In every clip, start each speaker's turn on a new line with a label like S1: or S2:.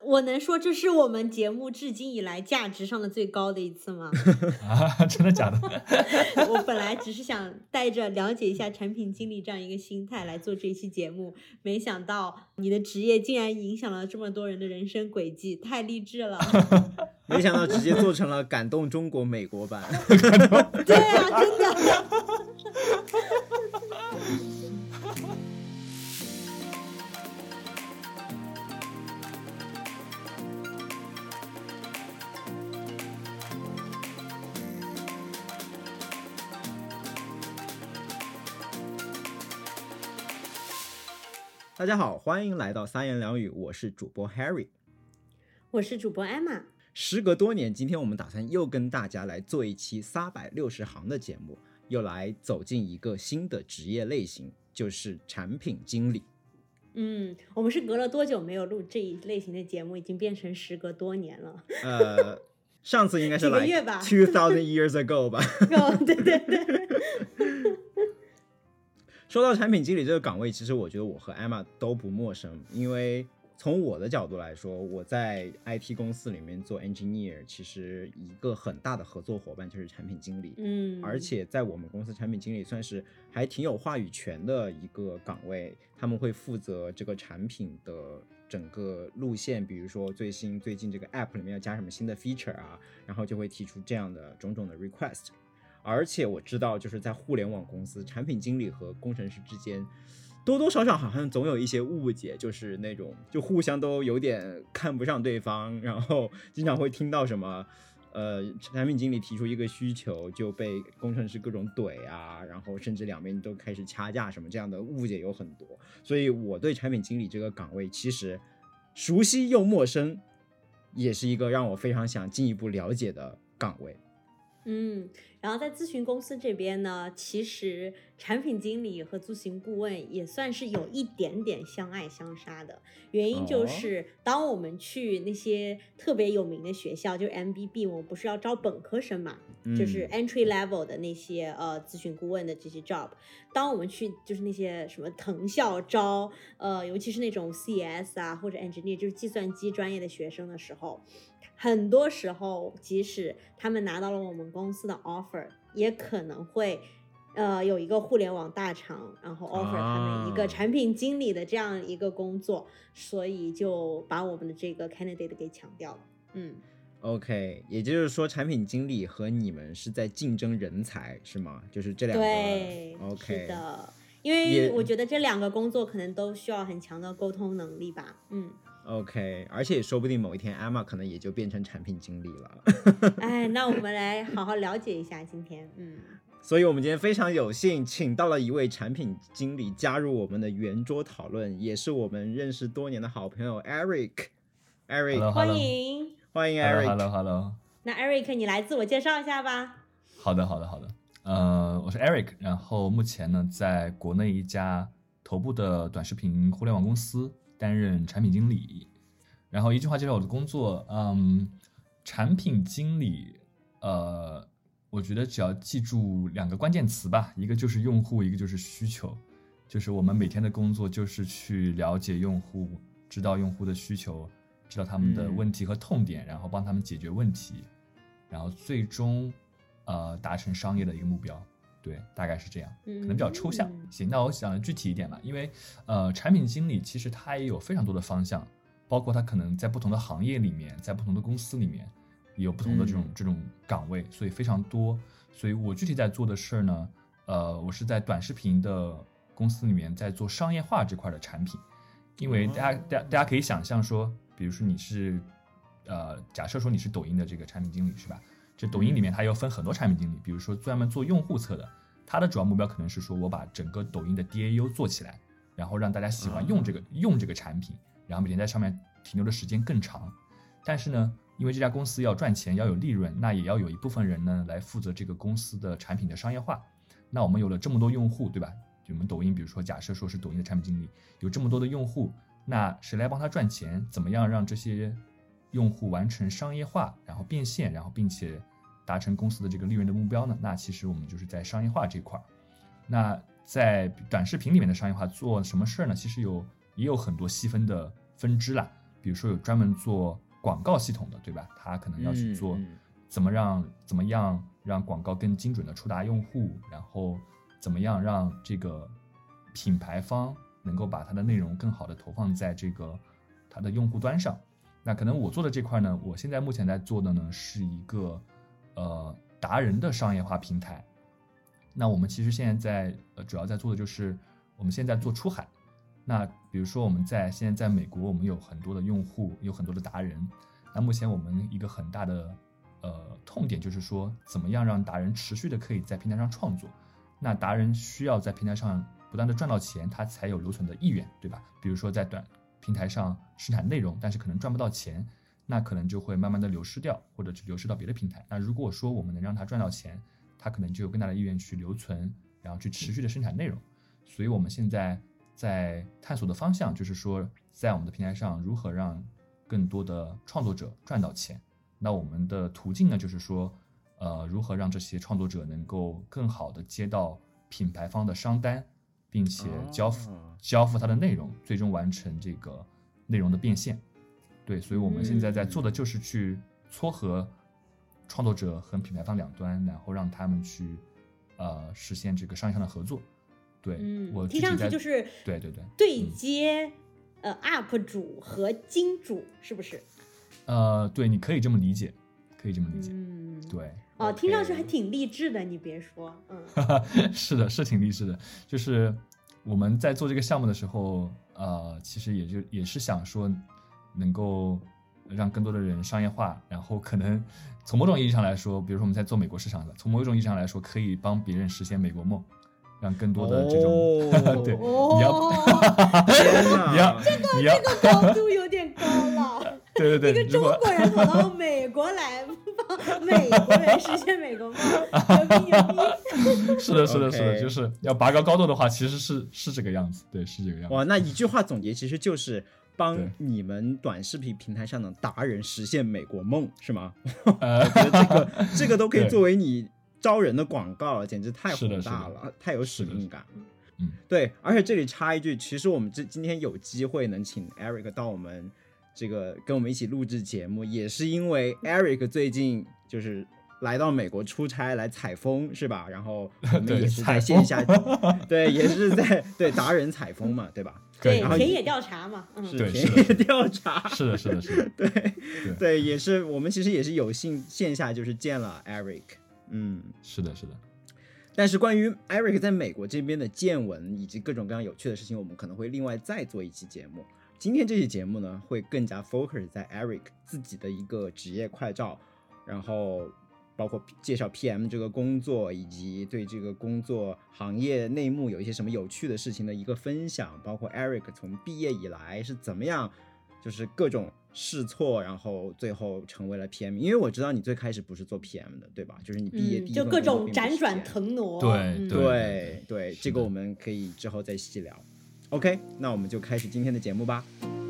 S1: 我能说这是我们节目至今以来价值上的最高的一次吗？
S2: 真的假的？
S1: 我本来只是想带着了解一下产品经理这样一个心态来做这期节目，没想到你的职业竟然影响了这么多人的人生轨迹，太励志了。
S3: 没想到直接做成了感动中国美国版。
S1: 对啊，真的。
S3: 大家好，欢迎来到三言两语，我是主播 Harry，
S1: 我是主播 Emma。
S3: 时隔多年，今天我们打算又跟大家来做一期360行的节目，又来走进一个新的职业类型，就是产品经理。
S1: 我们是隔了多久没有录这一类型的节目？已经变成时隔多年了。
S3: 上次应该是来
S1: 2000
S3: years ago 吧。
S1: 对对对。
S3: 说到产品经理这个岗位，其实我觉得我和 Emma 都不陌生，因为从我的角度来说，我在 IT 公司里面做 engineer， 其实一个很大的合作伙伴就是产品经理。而且在我们公司，产品经理算是还挺有话语权的一个岗位，他们会负责这个产品的整个路线，比如说最近这个 app 里面要加什么新的 feature 啊，然后就会提出这样的种种的 request。而且我知道，就是在互联网公司，产品经理和工程师之间多多少少好像总有一些误解，就是那种就互相都有点看不上对方，然后经常会听到什么产品经理提出一个需求就被工程师各种怼啊，然后甚至两边都开始掐架什么，这样的误解有很多。所以我对产品经理这个岗位其实熟悉又陌生，也是一个让我非常想进一步了解的岗位。
S1: 然后在咨询公司这边呢，其实产品经理和咨询顾问也算是有一点点相爱相杀的。原因就是当我们去那些特别有名的学校，就是 MBB， 我们不是要招本科生嘛，就是 entry level 的那些咨询顾问的这些 job。当我们去就是那些什么藤校招尤其是那种 CS 啊或者 engineer， 就是计算机专业的学生的时候，很多时候即使他们拿到了我们公司的 offer， 也可能会有一个互联网大厂然后 offer 他们一个产品经理的这样一个工作，所以就把我们的这个 candidate 给抢掉了。
S3: OK， 也就是说产品经理和你们是在竞争人才是吗？就是这两个。
S1: 对
S3: OK，
S1: 是的，因为我觉得这两个工作可能都需要很强的沟通能力吧。
S3: OK， 而且说不定某一天 Emma 可能也就变成产品经理了。
S1: 那我们来好好了解一下今天。
S3: 所以我们今天非常有幸请到了一位产品经理加入我们的圆桌讨论，也是我们认识多年的好朋友 Eric。Hello，
S1: 欢迎
S3: Eric。Hello。
S1: 那 Eric 你来自我介绍一下吧。
S2: 好的。我是 Eric， 然后目前呢在国内一家头部的短视频互联网公司担任产品经理。然后一句话介绍我的工作，产品经理，我觉得只要记住两个关键词吧，一个就是用户，一个就是需求。就是我们每天的工作就是去了解用户，知道用户的需求，知道他们的问题和痛点，然后帮他们解决问题，然后最终达成商业的一个目标。对，大概是这样，可能比较抽象。行，那我想具体一点吧，因为产品经理其实他也有非常多的方向，包括他可能在不同的行业里面，在不同的公司里面也有不同的这种岗位，所以非常多。所以我具体在做的事呢，我是在短视频的公司里面在做商业化这块的产品。因为大家可以想象说，比如说你是假设说你是抖音的这个产品经理是吧？这抖音里面它要分很多产品经理，比如说专门做用户侧的，它的主要目标可能是说我把整个抖音的 DAU 做起来，然后让大家喜欢用这个产品，然后每天在上面停留的时间更长。但是呢，因为这家公司要赚钱，要有利润，那也要有一部分人呢来负责这个公司的产品的商业化。那我们有了这么多用户，对吧？就我们抖音，比如说假设说是抖音的产品经理，有这么多的用户，那谁来帮他赚钱？怎么样让这些用户完成商业化，然后变现，然后并且达成公司的这个利润的目标呢？那其实我们就是在商业化这块。那在短视频里面的商业化做什么事呢？其实也有很多细分的分支啦。 比如说有专门做广告系统的，对吧？他可能要去做怎么样让广告更精准的触达用户，然后怎么样让这个品牌方能够把它的内容更好的投放在这个它的用户端上。那可能我做的这块呢，我现在目前在做的呢是一个达人的商业化平台。那我们其实现在主要在做的就是我们现在做出海。那比如说我们现在在美国，我们有很多的用户，有很多的达人。那目前我们一个很大的痛点就是说，怎么样让达人持续的可以在平台上创作。那达人需要在平台上不断的赚到钱，他才有留存的意愿，对吧？比如说在短平台上生产内容，但是可能赚不到钱，那可能就会慢慢的流失掉，或者去流失到别的平台。那如果说我们能让他赚到钱，他可能就有更大的意愿去留存，然后去持续的生产内容。所以我们现在在探索的方向就是说，在我们的平台上如何让更多的创作者赚到钱。那我们的途径呢，就是说如何让这些创作者能够更好的接到品牌方的商单，并且交付它的内容，最终完成这个内容的变现。对，所以我们现在在做的就是去撮合创作者和品牌方两端，然后让他们去实现这个商业上的合作。对，我
S1: 听上去就是对接UP 主和金主，是不是？
S2: 对，你可以这么理解，对，
S1: 听上去还挺励志的，你别说，
S2: 是的，是挺励志的。就是我们在做这个项目的时候，其实也是想说，能够让更多的人商业化，然后可能从某种意义上来说，比如说我们在做美国市场的，从某种意义上来说，可以帮别人实现美国梦。让更多的这种对，
S1: 你要这个高度有点高了。
S2: 对，
S1: 一个中国人跑到美国来帮美国人实现美国梦，牛逼！
S2: 是的，就是要拔高度的话，其实是这个样子，对，是这个样子。
S3: 哇，那一句话总结其实就是帮你们短视频平台上的达人实现美国梦，是吗？我觉得这个都可以作为你招人的广告了，简直太宏大了，太有使命感了。对，而且这里插一句，其实我们今天有机会能请 Eric 到我们这个跟我们一起录制节目，也是因为 Eric 最近就是来到美国出差来采风，是吧？然后我们也是在线下对，也是在对达人采风嘛，对吧？
S1: 对，田野调查嘛，
S3: 是田野调查，
S2: 是的，
S3: 对，也是我们其实也是有幸线下就是见了 Eric。
S2: 是的。
S3: 但是关于 Eric 在美国这边的见闻以及各种各样有趣的事情，我们可能会另外再做一期节目。今天这期节目呢，会更加 focus 在 Eric 自己的一个职业快照，然后包括介绍 PM 这个工作，以及对这个工作行业内幕有一些什么有趣的事情的一个分享，包括 Eric 从毕业以来是怎么样就是各种试错，然后最后成为了 PM。因为我知道你最开始不是做 PM 的，对吧？就是你毕业第一份
S1: 就各种辗转腾挪。
S2: 对，
S3: 这个我们可以之后再细聊。OK， 那我们就开始今天的节目吧。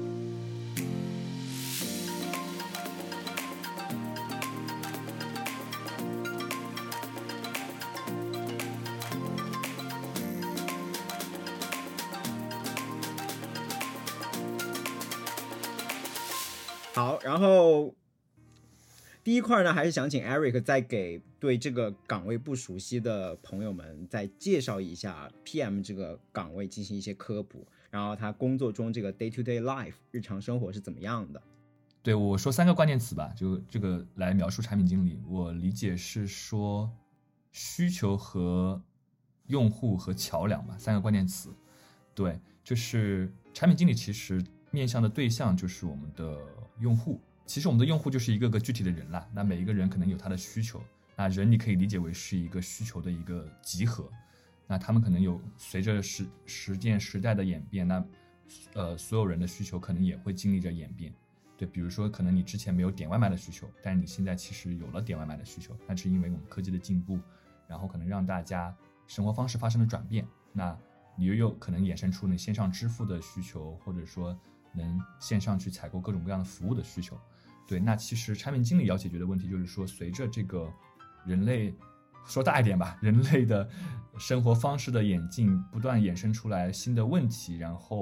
S3: 好，然后第一块呢，还是想请 Eric 再给对这个岗位不熟悉的朋友们再介绍一下 PM 这个岗位，进行一些科普，然后他工作中这个 day-to-day life 日常生活是怎么样的。
S2: 对，我说3个关键词吧，就这个来描述产品经理。我理解是说需求和用户和桥梁吧，3个关键词。对，就是产品经理其实面向的对象就是我们的用户，其实我们的用户就是一个个具体的人啦。那每一个人可能有他的需求，那人你可以理解为是一个需求的一个集合。那他们可能有随着时代的演变，那所有人的需求可能也会经历着演变。对，比如说可能你之前没有点外卖的需求，但是你现在其实有了点外卖的需求，那是因为我们科技的进步，然后可能让大家生活方式发生了转变。那你又有可能衍生出你线上支付的需求，或者说能线上去采购各种各样的服务的需求。对，那其实产品经理要解决的问题就是说，随着这个人类说大一点吧，人类的生活方式的演进，不断衍生出来新的问题，然后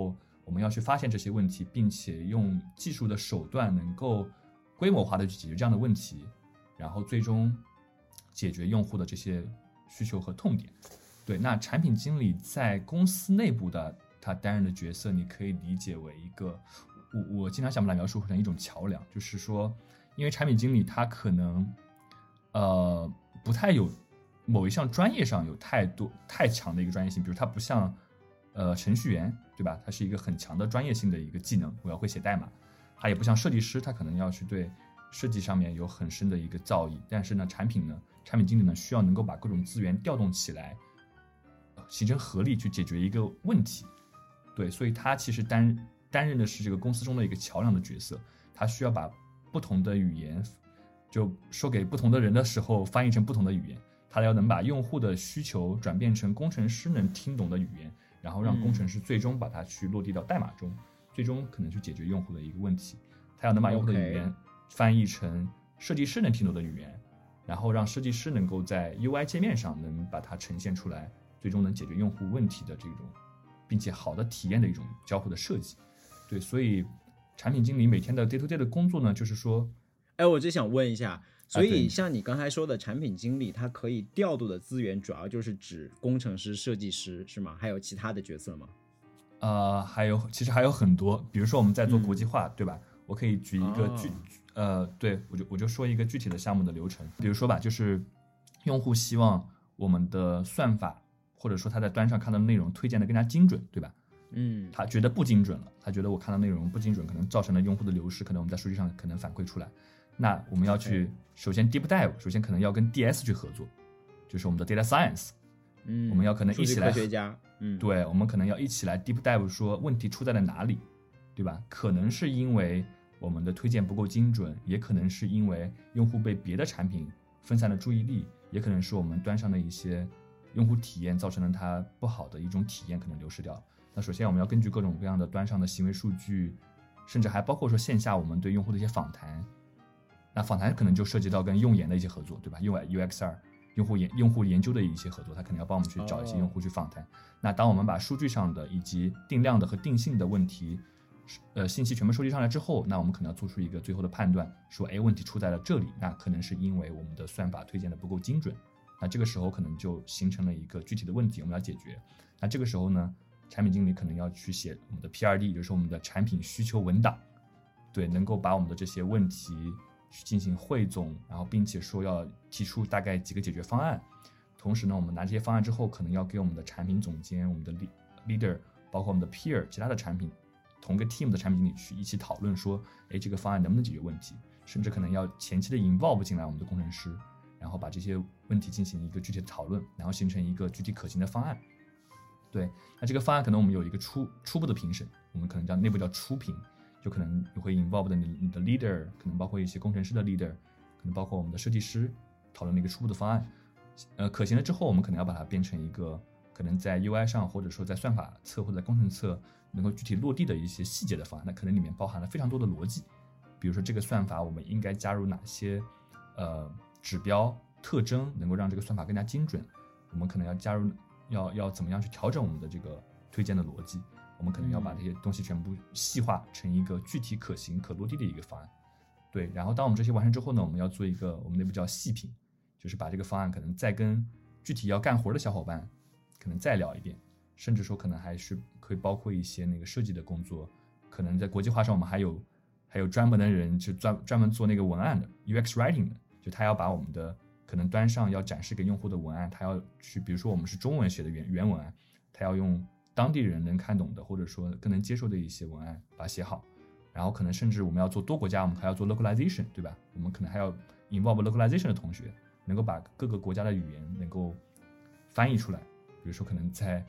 S2: 我们要去发现这些问题，并且用技术的手段能够规模化的去解决这样的问题，然后最终解决用户的这些需求和痛点。对，那产品经理在公司内部的他担任的角色，你可以理解为一个，我经常想把它描述成一种桥梁，就是说，因为产品经理他可能不太有某一项专业上有太强的一个专业性，比如他不像程序员，对吧？他是一个很强的专业性的一个技能，我要会写代码。他也不像设计师，他可能要去对设计上面有很深的一个造诣。但是呢，产品经理呢需要能够把各种资源调动起来，形成合力去解决一个问题。对，所以他其实担任的是这个公司中的一个桥梁的角色。他需要把不同的语言就说给不同的人的时候翻译成不同的语言，他要能把用户的需求转变成工程师能听懂的语言，然后让工程师最终把它去落地到代码中，最终可能去解决用户的一个问题。他要能把用户的语言翻译成设计师能听懂的语言，然后让设计师能够在 UI 界面上能把它呈现出来，最终能解决用户问题的这种，并且好的体验的一种交互的设计。对，所以产品经理每天的 day to day 的工作呢，就是说，
S3: 我就想问一下，所以像你刚才说的产品经理，他可以调度的资源主要就是指工程师、设计师是吗？还有其他的角色吗？
S2: 其实还有很多，比如说我们在做国际化，对吧？我可以举一个对，我就说一个具体的项目的流程。比如说吧，就是用户希望我们的算法，或者说他在端上看到的内容推荐的更加精准，对吧？他觉得不精准了，他觉得我看到内容不精准，可能造成了用户的流失，可能我们在数据上可能反馈出来。那我们要去首先 deep dive， 首先可能要跟 DS 去合作，就是我们的 data science，我们要可能一起来，
S3: 数据科学家，
S2: 对，我们可能要一起来 deep dive， 说问题出在了哪里，对吧？可能是因为我们的推荐不够精准，也可能是因为用户被别的产品分散了注意力，也可能是我们端上的一些用户体验造成了它不好的一种体验可能流失掉了。那首先我们要根据各种各样的端上的行为数据，甚至还包括说线下我们对用户的一些访谈，那访谈可能就涉及到跟用研的一些合作，对吧？ UXR 用户研究的一些合作，他可能要帮我们去找一些用户去访谈。那当我们把数据上的以及定量的和定性的问题信息全部收集上来之后，那我们可能要做出一个最后的判断，说问题出在了这里，那可能是因为我们的算法推荐的不够精准。那这个时候可能就形成了一个具体的问题，我们要解决。那这个时候呢，产品经理可能要去写我们的 PRD， 也就是我们的产品需求文档，对，能够把我们的这些问题进行汇总，然后并且说要提出大概几个解决方案。同时呢，我们拿这些方案之后，可能要给我们的产品总监、我们的 leader， 包括我们的 peer 其他的产品同个 team 的产品经理去一起讨论说，这个方案能不能解决问题，甚至可能要前期的 involve 进来我们的工程师，然后把这些问题进行一个具体的讨论，然后形成一个具体可行的方案。对，那这个方案可能我们有一个初步的评审，我们可能内部叫初评，就可能会 involve 的你的 leader， 可能包括一些工程师的 leader， 可能包括我们的设计师讨论的一个初步的方案。可行了之后，我们可能要把它变成一个可能在 UI 上，或者说在算法侧或者在工程侧能够具体落地的一些细节的方案。那可能里面包含了非常多的逻辑，比如说这个算法我们应该加入哪些指标特征，能够让这个算法更加精准。我们可能要加入要怎么样去调整我们的这个推荐的逻辑，我们可能要把这些东西全部细化成一个具体可行可落地的一个方案。对，然后当我们这些完成之后呢，我们要做一个我们内部叫细评，就是把这个方案可能再跟具体要干活的小伙伴可能再聊一遍，甚至说可能还是可以包括一些那个设计的工作，可能在国际化上我们还有专门的人就专门做那个文案的 UX writing 的，就他要把我们的可能端上要展示给用户的文案，他要去，比如说我们是中文写的原文案，他要用当地人能看懂的或者说更能接受的一些文案把它写好。然后可能甚至我们要做多国家，我们还要做 localization， 对吧？我们可能还要 involve localization 的同学，能够把各个国家的语言能够翻译出来。比如说可能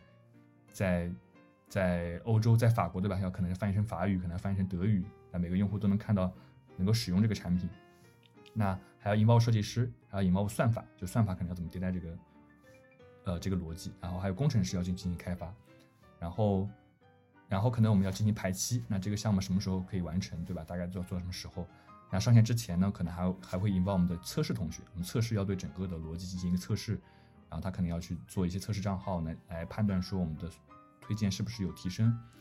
S2: 在欧洲，在法国，对吧？要可能翻译成法语，可能翻译成德语，让每个用户都能看到，能够使用这个产品。那还要 involve 设计师，还要 involve 算法，就算法可能要怎么迭代这个逻辑，然后还有工程师要进行开发，然后可能我们要进行排期，那这个项目什么时候可以完成，对吧？大概做什么时候？那上线之前呢，可能还会 involve 我们的测试同学，我们测试要对整个的逻辑进行一个测试，然后他可能要去做一些测试账号来判断说我们的推荐是不是有提升。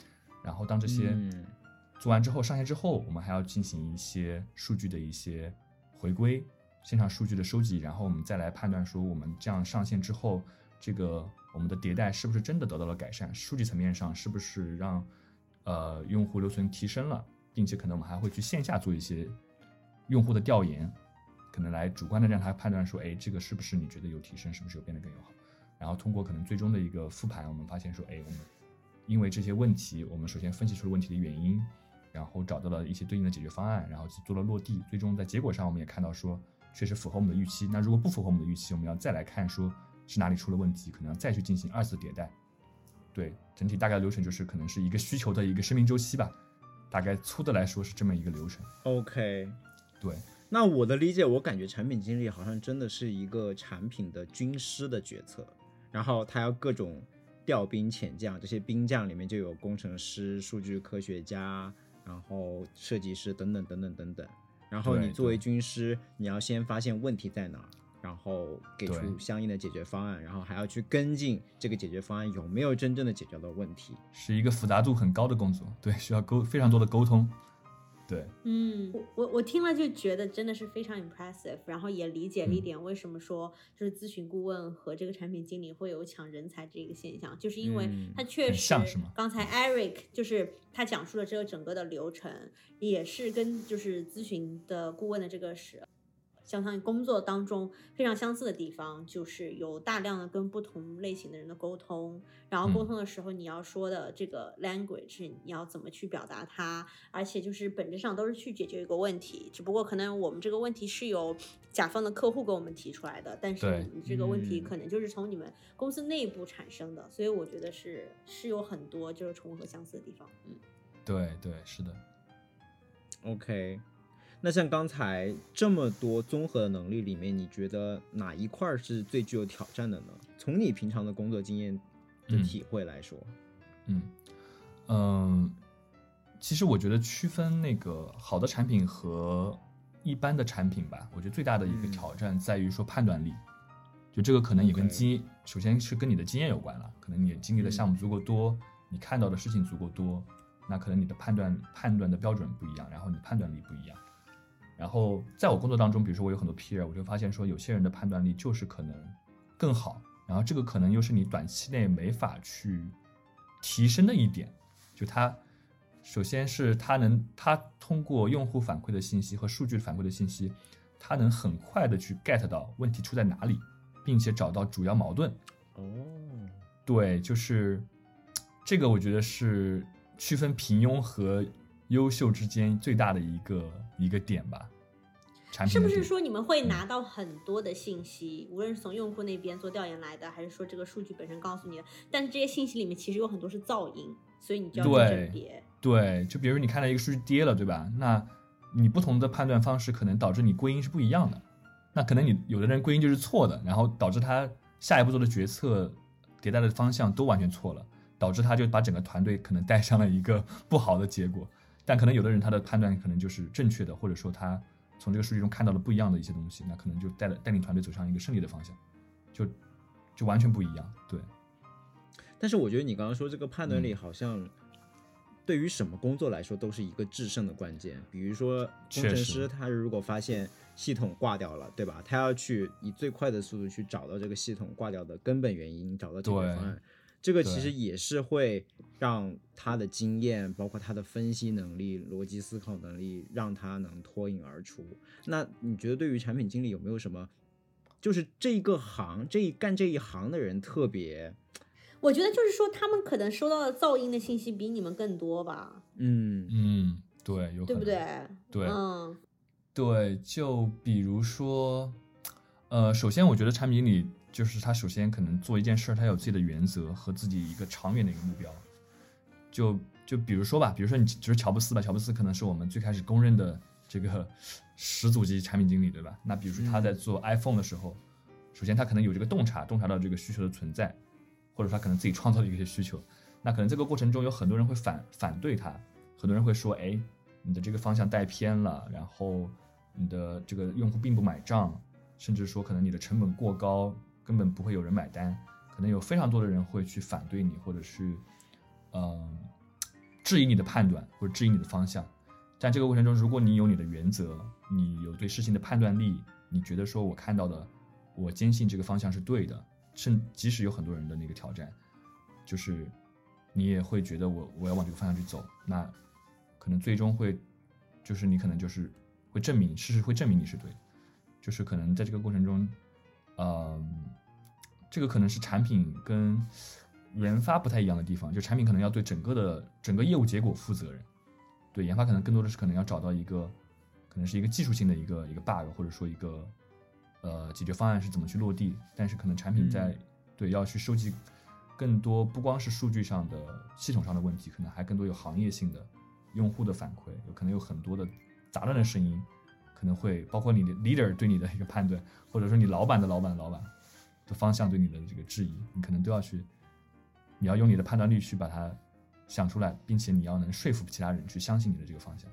S2: 然后当这些做完之后上线之后，我们还要进行一些数据的一些回归，现场数据的收集，然后我们再来判断说我们这样上线之后，这个我们的迭代是不是真的得到了改善，数据层面上是不是让用户留存提升了，并且可能我们还会去线下做一些用户的调研，可能来主观的让他判断说，哎，这个是不是你觉得有提升，是不是有变得更友好，然后通过可能最终的一个复盘，我们发现说，哎，我们因为这些问题，我们首先分析出了问题的原因，然后找到了一些对应的解决方案，然后做了落地，最终在结果上我们也看到说确实符合我们的预期。那如果不符合我们的预期，我们要再来看说是哪里出了问题，可能要再去进行2次迭代。对，整体大概流程就是可能是一个需求的一个生命周期吧，大概粗的来说是这么一个流程。
S3: OK，
S2: 对，
S3: 那我的理解，我感觉产品经理好像真的是一个产品的军师的角色，然后他要各种调兵遣将，这些兵将里面就有工程师、数据科学家，然后设计师等等等等等等。然后你作为军师，你要先发现问题在哪，然后给出相应的解决方案，然后还要去跟进这个解决方案有没有真正的解决到问题，
S2: 是一个复杂度很高的工作，对，需要非常多的沟通。对，
S1: 我听了就觉得真的是非常 impressive， 然后也理解了一点为什么说就是咨询顾问和这个产品经理会有抢人才这个现象，就是因为他确实刚才 Eric 就是他讲述了这个整个的流程，也是跟就是咨询的顾问的这个相当于工作当中非常相似的地方，就是有大量的跟不同类型的人的沟通，然后沟通的时候你要说的这个 language 你要怎么去表达它，而且就是本质上都是去解决一个问题，只不过可能我们这个问题是由甲方的客户给我们提出来的，但是你这个问题可能就是从你们公司内部产生的，所以我觉得是有很多就是重合相似的地方。
S2: 对对，是的。
S3: OK，那像刚才这么多综合的能力里面，你觉得哪一块是最具有挑战的呢？从你平常的工作经验的体会来说。
S2: 其实我觉得区分那个好的产品和一般的产品吧，我觉得最大的一个挑战在于说判断力。就这个可能也跟首先是跟你的经验有关了，可能你经历的项目足够多，你看到的事情足够多，那可能你的判断的标准不一样，然后你判断力不一样。然后在我工作当中，比如说我有很多 peer， 我就发现说有些人的判断力就是可能更好，然后这个可能又是你短期内没法去提升的一点。就他首先是他通过用户反馈的信息和数据反馈的信息，他能很快的去 get 到问题出在哪里，并且找到主要矛盾。对，就是这个我觉得是区分平庸和优秀之间最大的一个点吧。
S1: 是不是说你们会拿到很多的信息，无论是从用户那边做调研来的，还是说这个数据本身告诉你的，但是这些信息里面其实有很多是噪音，所以你就要去甄别。
S2: 对，就比如你看到一个数据跌了，对吧？那你不同的判断方式可能导致你归因是不一样的，那可能你有的人归因就是错的，然后导致他下一步做的决策迭代的方向都完全错了，导致他就把整个团队可能带上了一个不好的结果。但可能有的人他的判断可能就是正确的，或者说他从这个数据中看到了不一样的一些东西，那可能就带领团队走上一个胜利的方向，就完全不一样。对。
S3: 但是我觉得你刚刚说这个判断力好像对于什么工作来说都是一个制胜的关键。比如说工程师他如果发现系统挂掉了，对吧？他要去以最快的速度去找到这个系统挂掉的根本原因，找到解决方案。这个其实也是会让他的经验，包括他的分析能力、逻辑思考能力，让他能脱颖而出。那你觉得对于产品经理有没有什么，就是这干这一行的人特别？
S1: 我觉得就是说，他们可能收到的噪音的信息比你们更多吧。
S2: 对，有可能，
S1: 对不对？
S2: 对，对，就比如说，首先我觉得产品经理就是他首先可能做一件事，他有自己的原则和自己一个长远的一个目标。就比如说吧，比如说你就是乔布斯吧，乔布斯可能是我们最开始公认的这个始祖级产品经理，对吧？那比如说他在做 iPhone 的时候，首先他可能有这个洞察到这个需求的存在，或者说他可能自己创造了一些需求，那可能这个过程中有很多人会反对他，很多人会说，哎，你的这个方向带偏了，然后你的这个用户并不买账，甚至说可能你的成本过高，根本不会有人买单，可能有非常多的人会去反对你，或者是质疑你的判断或者质疑你的方向。但这个过程中，如果你有你的原则，你有对事情的判断力，你觉得说我看到的，我坚信这个方向是对的，即使有很多人的那个挑战，就是你也会觉得我要往这个方向去走，那可能最终会就是你可能就是会证明事实会证明你是对的，就是可能在这个过程中，这个可能是产品跟研发不太一样的地方，就产品可能要对整个业务结果负责任，对研发可能更多的是可能要找到一个可能是一个技术性的一个 bug， 或者说一个解决方案是怎么去落地，但是可能产品对要去收集更多不光是数据上的系统上的问题，可能还更多有行业性的用户的反馈，有可能有很多的杂乱的声音，可能会包括你的 leader 对你的一个判断，或者说你老板的方向对你的这个质疑，你可能都要去，你要用你的判断力去把它想出来，并且你要能说服其他人去相信你的这个方向。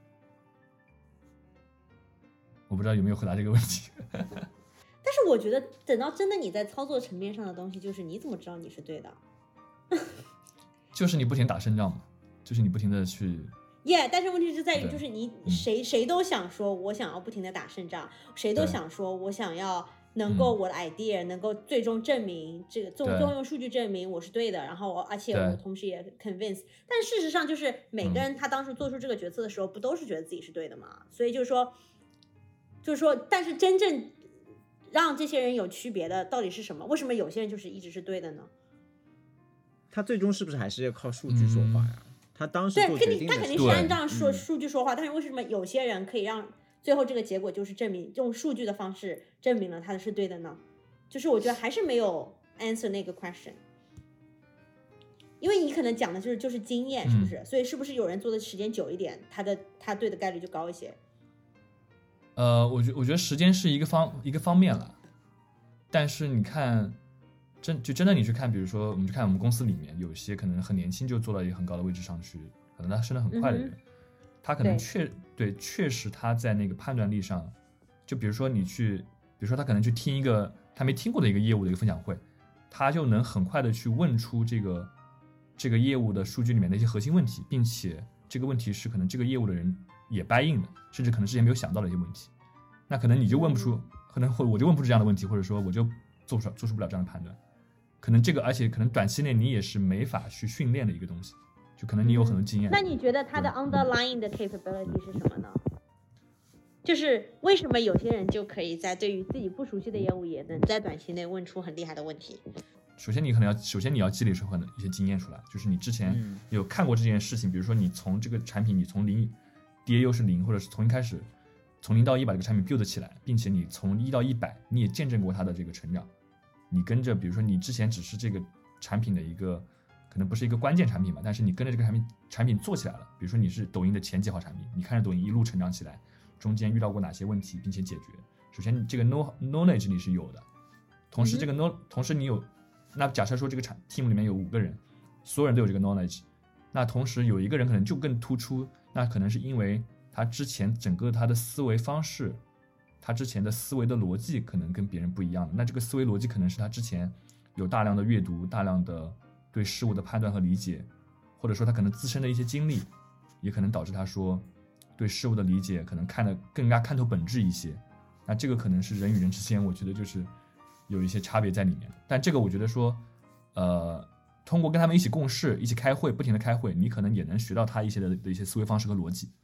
S2: 我不知道有没有回答这个问题。
S1: 但是我觉得等到真的你在操作层面上的东西，就是你怎么知道你是对的？
S2: 就是你不停打胜仗嘛，就是你不停的去
S1: 但是问题是在于，就是你谁都想说我想要不停的打胜仗，谁都想说我想要能够我的 idea 能够最终证明这个最终用数据证明我是对的，然后而且我同时也 convince。但事实上就是每个人他当时做出这个决策的时候，不都是觉得自己是对的吗？所以就是说，但是真正让这些人有区别的到底是什么？为什么有些人就是一直是对的呢？
S3: 他最终是不是还是要靠数据说话呀？他当时做决定的
S1: 他肯定是按照数据说话，但是为什么有些人可以让最后这个结果就是证明用数据的方式证明了他的是对的呢？就是我觉得还是没有 answer 那个 question， 因为你可能讲的就是经验，是不是？所以是不是有人做的时间久一点，他对的概率就高一些？
S2: 我觉得时间是一个方面了，但是你看，真的你去看，比如说我们去看我们公司里面有些可能很年轻就做到一个很高的位置上去，可能他升得很快的人，他可能确实他在那个判断力上，就比如说他可能去听一个他没听过的一个业务的一个分享会，他就能很快的去问出这个业务的数据里面的一些核心问题，并且这个问题是可能这个业务的人也 buy in 的，甚至可能之前没有想到的一些问题，那可能你就问不出，可能我就问不出这样的问题，或者说我就做出不了这样的判断，可能这个而且可能短期内你也是没法去训练的一个东西，就可能你有很多经验。
S1: 那你觉得它的 underlying 的 capability 是什么呢？就是为什么有些人就可以在对于自己不熟悉的业务也能在短期内问出很厉害的问题？
S2: 首先你要积累出一些经验出来，就是你之前有看过这件事情，比如说你从这个产品你从0 DAU 是0，或者是从一开始从0到100这个产品 build 起来，并且你从1到100你也见证过它的这个成长，你跟着比如说你之前只是这个产品的一个可能不是一个关键产品吧，但是你跟着这个产品做起来了，比如说你是抖音的前几号产品，你看着抖音一路成长起来，中间遇到过哪些问题并且解决，首先这个 knowledge 你是有的，同时同时你有，那假设说这个team 里面有5个人，所有人都有这个 knowledge， 那同时有一个人可能就更突出，那可能是因为他之前整个他的思维方式，他之前的思维的逻辑可能跟别人不一样的，那这个思维逻辑可能是他之前有大量的阅读，大量的对事物的判断和理解，或者说他可能自身的一些经历，也可能导致他说对事物的理解可能更加看透本质一些，那这个可能是人与人之间我觉得就是有一些差别在里面，但这个我觉得说通过跟他们一起共事，一起开会，不停的开会，你可能也能学到他一些的一些思维方式和逻辑，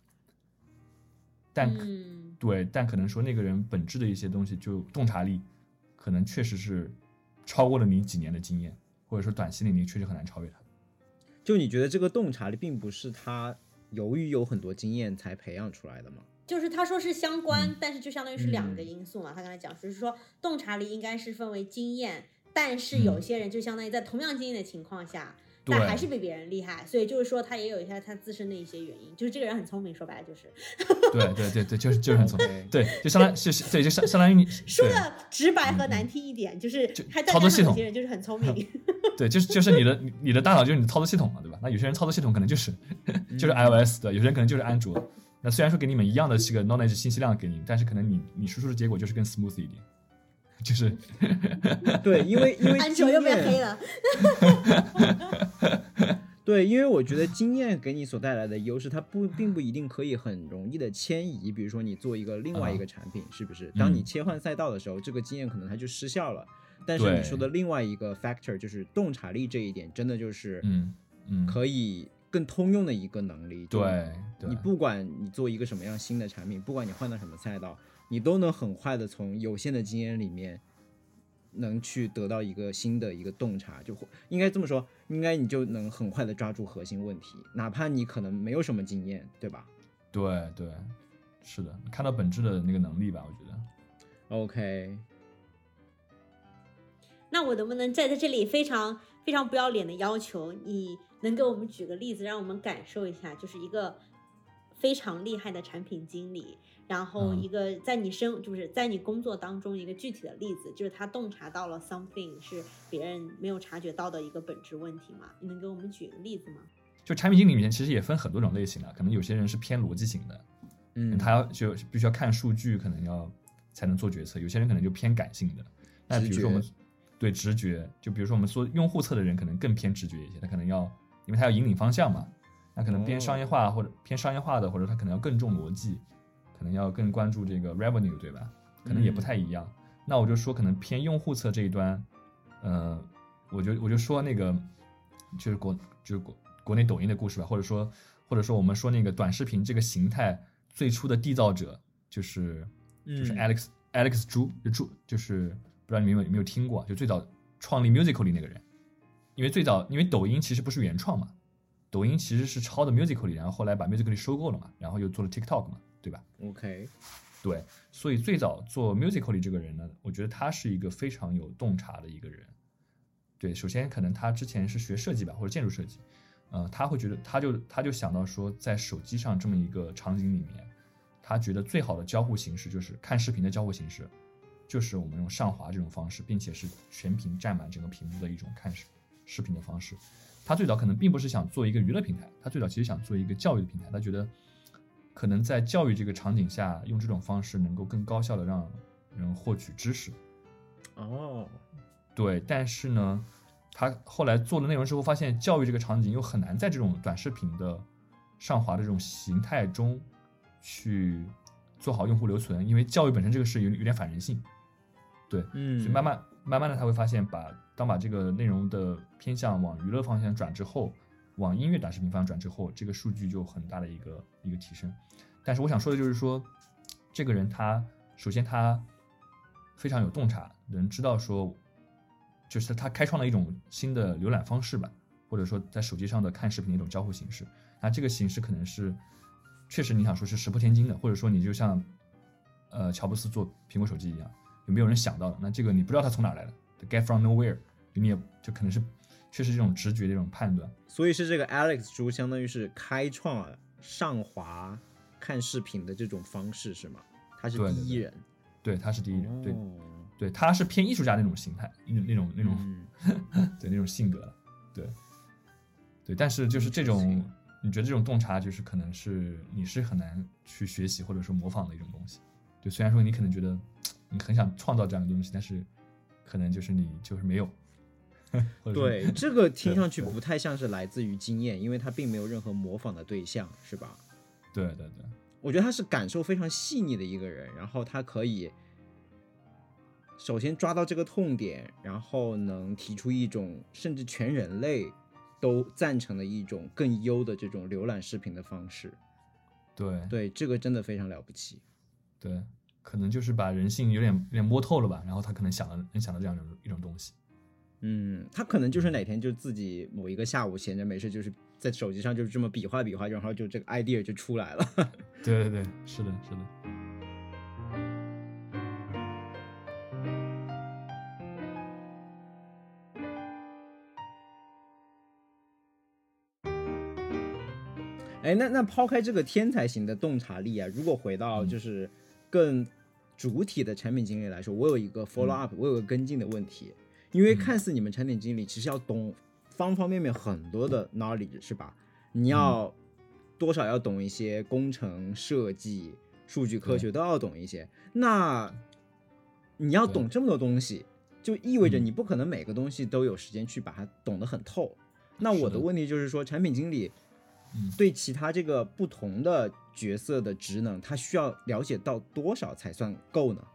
S2: 但可能说那个人本质的一些东西，就洞察力可能确实是超过了你几年的经验，或者说短期内你确实很难超越他。
S3: 就你觉得这个洞察力并不是他由于有很多经验才培养出来的吗？
S1: 就是他说是相关，但是就相当于是2个因素嘛。他刚才讲就是说洞察力应该是分为经验，但是有些人就相当于在同样经验的情况下，但还是比别人厉害，所以就是说他也有一下他自身的一些原因，就是这个人很聪明，说白了就是对，就是很聪明，对，就相当于你说的直白和难听一点，就是他
S2: 操作系统，
S1: 有些人就是很聪明，
S2: 对，就是你的大脑就是你的操作系统嘛，对吧？那有些人操作系统可能就是 iOS 的，有些人可能就是安卓。那虽然说给你们一样的这个 knowledge 信息量给你，但是可能你输出的结果就是更 smooth 一点，就是
S3: 对，因为
S1: 安卓又被黑了。
S3: 对，因为我觉得经验给你所带来的优势，它并不一定可以很容易的迁移。比如说你做一个另外一个产品，是不是？当你切换赛道的时候，这个经验可能它就失效了。但是你说的另外一个 factor 就是洞察力这一点，真的就是可以更通用的一个能力。
S2: 对，
S3: 你不管你做一个什么样新的产品，不管你换到什么赛道，你都能很快的从有限的经验里面能去得到一个新的一个洞察，就应该这么说，应该你就能很快的抓住核心问题，哪怕你可能没有什么经验，对吧？
S2: 对对，是的，看到本质的那个能力吧，我觉得。
S3: OK，
S1: 那我能不能在这里非常非常不要脸的要求你能给我们举个例子，让我们感受一下，就是一个非常厉害的产品经理，然后一个就是在你工作当中一个具体的例子，就是他洞察到了 something 是别人没有察觉到的一个本质问题吗？你能给我们举个例子吗？
S2: 就产品经理里面其实也分很多种类型的，可能有些人是偏逻辑型的，他就必须要看数据，可能才能做决策；有些人可能就偏感性的。那比如说我们对直觉，就比如说我们说用户侧的人可能更偏直觉一些，他可能因为他要引领方向嘛，那可能偏商业化或者偏商业化的，或者他可能要更重逻辑，可能要更关注这个 revenue， 对吧？可能也不太一样。那我就说可能偏用户侧这一端，我就说那个就是国内抖音的故事吧，或者说我们说那个短视频这个形态最初的缔造者就是 Alex 朱，就是不知道你们有没有听过，就最早创立 Musical.ly 那个人。因为抖音其实不是原创嘛，抖音其实是抄的 Musical.ly， 然后后来把 Musical.ly 收购了嘛，然后又做了 TikTok 嘛，对吧
S3: ？OK，
S2: 对，所以最早做 Musical.ly 这个人呢，我觉得他是一个非常有洞察的一个人。对，首先可能他之前是学设计吧，或者建筑设计，他会觉得他就想到说，在手机上这么一个场景里面，他觉得最好的交互形式就是看视频的交互形式，就是我们用上滑这种方式，并且是全屏占满整个屏幕的一种看视频的方式。他最早可能并不是想做一个娱乐平台，他最早其实想做一个教育的平台。他觉得可能在教育这个场景下，用这种方式能够更高效的让人获取知识。对，但是呢，他后来做了内容之后，发现教育这个场景又很难在这种短视频的上滑的这种形态中去做好用户留存，因为教育本身这个事有点反人性。对，所以慢慢的他会发现当把这个内容的偏向往娱乐方向转之后，往音乐短视频方向转之后，这个数据就很大的一个提升。但是我想说的就是说，这个人首先他非常有洞察，能知道说，就是他开创了一种新的浏览方式吧，或者说在手机上的看视频的一种交互形式。那这个形式可能是确实你想说是石破天惊的，或者说你就像乔布斯做苹果手机一样，有没有人想到的？那这个你不知道他从哪来的 ，get from nowhere， 你也就可能是确实这种直觉的这种判断。
S3: 所以是这个 Alex 朱相当于是开创了上滑看视频的这种方式是吗？他是第一人。
S2: 对，他是第一人。对，他是偏艺术家那种形态，那种对那种性格。对，但是就是这种，你觉得这种洞察就是可能是你是很难去学习或者说模仿的一种东西。就虽然说你可能觉得你很想创造这样的东西，但是可能就是你就是没有。
S3: 对，这个听上去不太像是来自于经验，因为他并没有任何模仿的对象，是吧？
S2: 对，
S3: 我觉得他是感受非常细腻的一个人，然后他可以首先抓到这个痛点，然后能提出一种甚至全人类都赞成的一种更优的这种浏览视频的方式。对，这个真的非常了不起。
S2: 对，可能就是把人性有点摸透了吧，然后他可能能想到这样一种东西。
S3: 他可能就是哪天就自己某一个下午闲着没事，就是在手机上就是这么比划，然后就这个 idea 就出来了。
S2: 对，是的。
S3: 那抛开这个天才型的洞察力啊，如果回到就是更主体的产品经理来说，我有一个 follow up，我有个跟进的问题。因为看似你们产品经理其实要懂方方面面很多的 knowledge 是吧？你要多少要懂一些工程设计、数据科学都要懂一些。那你要懂这么多东西，就意味着你不可能每个东西都有时间去把它懂得很透。 那我的问题就是说，产品经理对其他这个不同的角色的职能，他需要了解到多少才算够呢？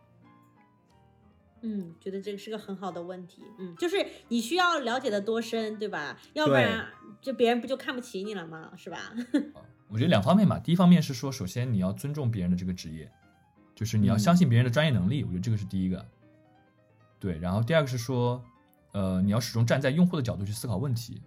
S1: 觉得这个是个很好的问题。就是你需要了解的多深，对吧？要不然就别人不就看不起你了吗？是吧？
S2: 我觉得两方面嘛，第一方面是说，首先你要尊重别人的这个职业，就是你要相信别人的专业能力，我觉得这个是第一个。对，然后第二个是说，你要始终站在用户的角度去思考问题。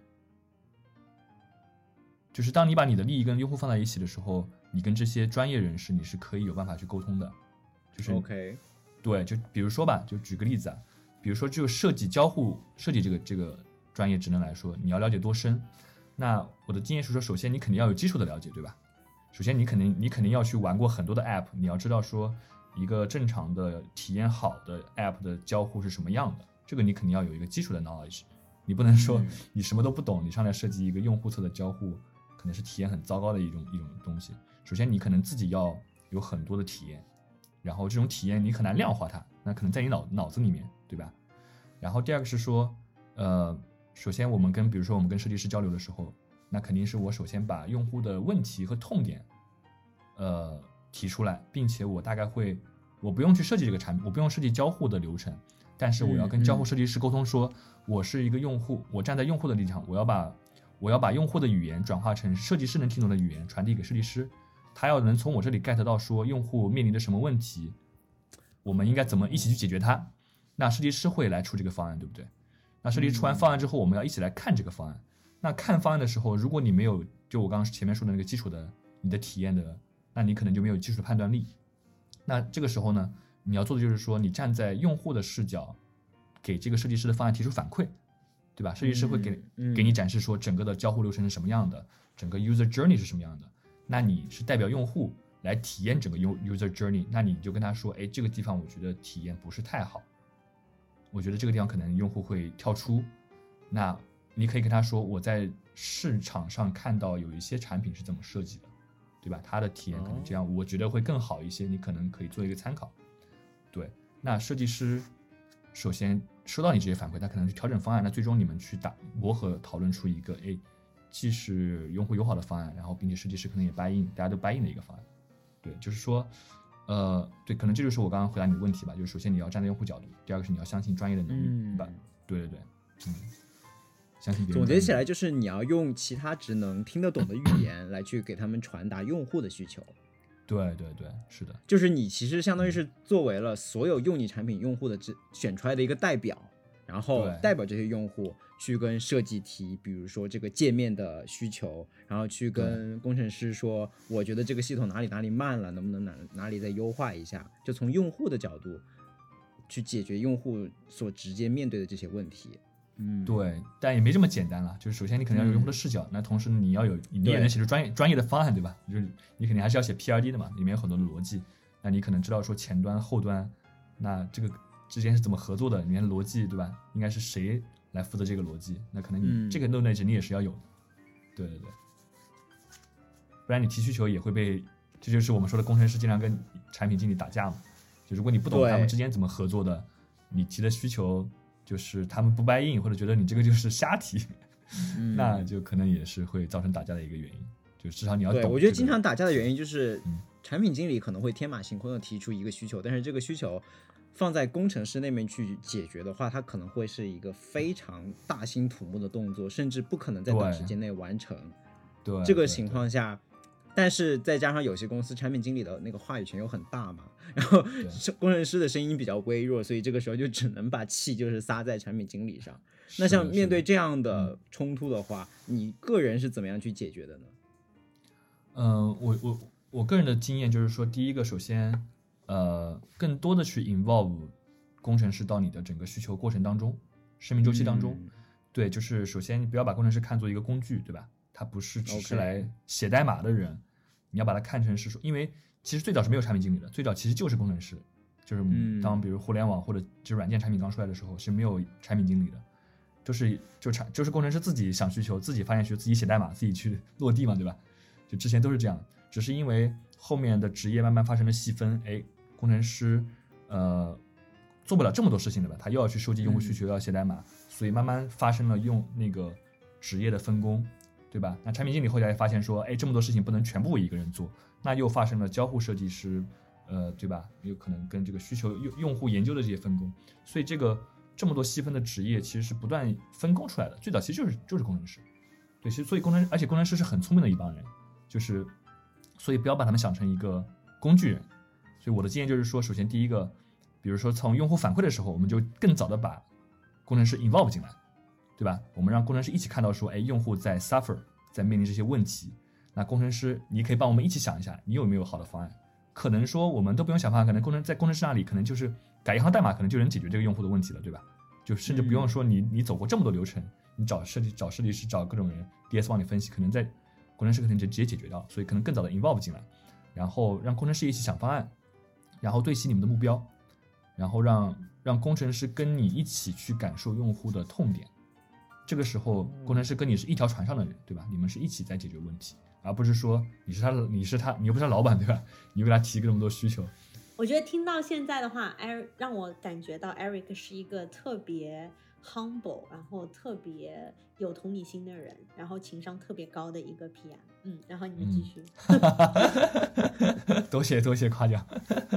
S2: 就是当你把你的利益跟用户放在一起的时候，你跟这些专业人士你是可以有办法去沟通的。就是
S3: OK，
S2: 对，就比如说吧，就举个例子啊，比如说就设计交互设计这个专业职能来说，你要了解多深？那我的经验是说，首先你肯定要有基础的了解，对吧？首先你肯定要去玩过很多的 app， 你要知道说一个正常的体验好的 app 的交互是什么样的，这个你肯定要有一个基础的 knowledge。你不能说你什么都不懂，你上来设计一个用户侧的交互，可能是体验很糟糕的一种东西。首先你可能自己要有很多的体验，然后这种体验你很难量化它，那可能在你脑子里面，对吧？然后第二个是说，首先比如说我们跟设计师交流的时候，那肯定是我首先把用户的问题和痛点，提出来，并且我不用去设计这个产品，我不用设计交互的流程，但是我要跟交互设计师沟通说，我是一个用户，我站在用户的立场，我要把用户的语言转化成设计师能听懂的语言，传递给设计师，他要能从我这里 get 到说用户面临着什么问题，我们应该怎么一起去解决它。那设计师会来出这个方案，对不对？那设计出完方案之后，我们要一起来看这个方案。那看方案的时候，如果你没有就我刚刚前面说的那个基础的你的体验的，那你可能就没有基础的判断力。那这个时候呢，你要做的就是说，你站在用户的视角，给这个设计师的方案提出反馈，对吧？设计师会给你展示说整个的交互流程是什么样的，整个 user journey 是什么样的。那你是代表用户来体验整个 user journey， 那你就跟他说，这个地方我觉得体验不是太好，我觉得这个地方可能用户会跳出。那你可以跟他说，我在市场上看到有一些产品是怎么设计的，对吧？它的体验可能这样，我觉得会更好一些，你可能可以做一个参考。对，那设计师首先收到你这些反馈，他可能去调整方案，那最终你们去磨合讨论出一个既是用户友好的方案，然后并且设计师可能也 buy in， 大家都 buy in 的一个方案。对，就是说对，可能这就是我刚刚回答你的问题吧，就是首先你要站在用户角度，第二个是你要相信专业的能力，对吧？对，相信别人。
S3: 总结起来就是你要用其他职能听得懂的语言来去给他们传达用户的需求。
S2: 对，是的，
S3: 就是你其实相当于是作为了所有用你产品用户的选出来的一个代表，然后代表这些用户去跟设计提，比如说这个界面的需求，然后去跟工程师说，我觉得这个系统哪里慢了，能不能哪里再优化一下，就从用户的角度去解决用户所直接面对的这些问题。
S2: 对，但也没这么简单了。就是首先你肯定要有用户的视角，那同时你也能写出专业的方案，对吧？就是你肯定还是要写 PRD 的嘛，里面有很多的逻辑。那你可能知道说前端后端，那这个之间是怎么合作的，里面的逻辑，对吧？应该是谁来负责这个逻辑？那可能你这个 knowledge 你也是要有的。对，不然你提需求也会被，这就是我们说的工程师经常跟产品经理打架嘛。就如果你不懂他们之间怎么合作的，你提的需求就是他们不 buy in， 或者觉得你这个就是瞎提，那就可能也是会造成打架的一个原因。就至少你要懂。
S3: 对，我觉得经常打架的原因就是产品经理可能会天马行空的提出一个需求，但是这个需求放在工程师那边去解决的话，它可能会是一个非常大兴土木的动作，甚至不可能在短时间内完成。
S2: 对，
S3: 这个情况下，但是再加上有些公司产品经理的那个话语权又很大嘛，然后工程师的声音比较微弱，所以这个时候就只能把气就是撒在产品经理上。那像面对这样的冲突的话，你个人是怎么样去解决的呢？
S2: 我个人的经验就是说，第一个，首先更多的去 involve 工程师到你的整个需求过程当中，生命周期当中。对，就是首先你不要把工程师看作一个工具，对吧？他不是只是来写代码的人，你要把它看成是说，因为其实最早是没有产品经理的，最早其实就是工程师，就是当比如互联网或者就是软件产品刚出来的时候是没有产品经理的，就是工程师自己想需求，自己发现需求，自己写代码，自己去落地嘛，对吧？就之前都是这样，只是因为后面的职业慢慢发生了细分，工程师做不了这么多事情，对吧？他又要去收集用户需求，又要写代码，所以慢慢发生了用那个职业的分工，对吧？那产品经理后来发现说，哎，这么多事情不能全部我一个人做，那又发生了交互设计师，对吧？有可能跟这个需求用户研究的这些分工，所以这么多细分的职业其实是不断分工出来的。最早其实就是工程师，对，其实所以而且工程师是很聪明的一帮人，就是所以不要把他们想成一个工具人。所以我的建议就是说，首先第一个，比如说从用户反馈的时候，我们就更早的把工程师 involve 进来，对吧？我们让工程师一起看到说，哎，用户在 suffer， 在面临这些问题，那工程师你可以帮我们一起想一下，你有没有好的方案？可能说我们都不用想方案，可能在工程师那里可能就是改一行代码，可能就能解决这个用户的问题了，对吧？就甚至不用说你走过这么多流程，你找设计师找各种人 DS 帮你分析，可能在工程师可能直接解决掉，所以可能更早的 involve 进来，然后让工程师一起想方案，然后对齐你们的目标，然后让工程师跟你一起去感受用户的痛点。这个时候工程师跟你是一条船上的人，对吧？你们是一起在解决问题，而不是说你又不是他老板，对吧？你又给他提这么多需求。
S1: 我觉得听到现在的话，让我感觉到 Eric 是一个特别 humble， 然后特别有同理心的人，然后情商特别高的一个 PM。然后你们继续。
S2: 多谢夸奖。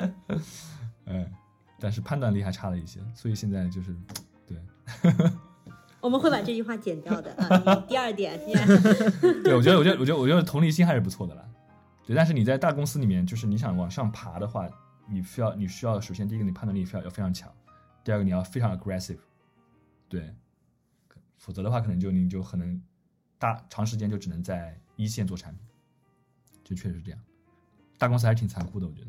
S2: 但是判断力还差了一些，所以现在就是对。
S1: 我们会把这句话剪掉的第二点。
S2: 对，我觉得同理心还是不错的啦。对，但是你在大公司里面，就是你想往上爬的话，你需要首先第一个你判断力要非常强，第二个你要非常 aggressive， 对，否则的话可能你就可能长时间就只能在一线做产品，就确实是这样。大公司还是挺残酷的，我觉得。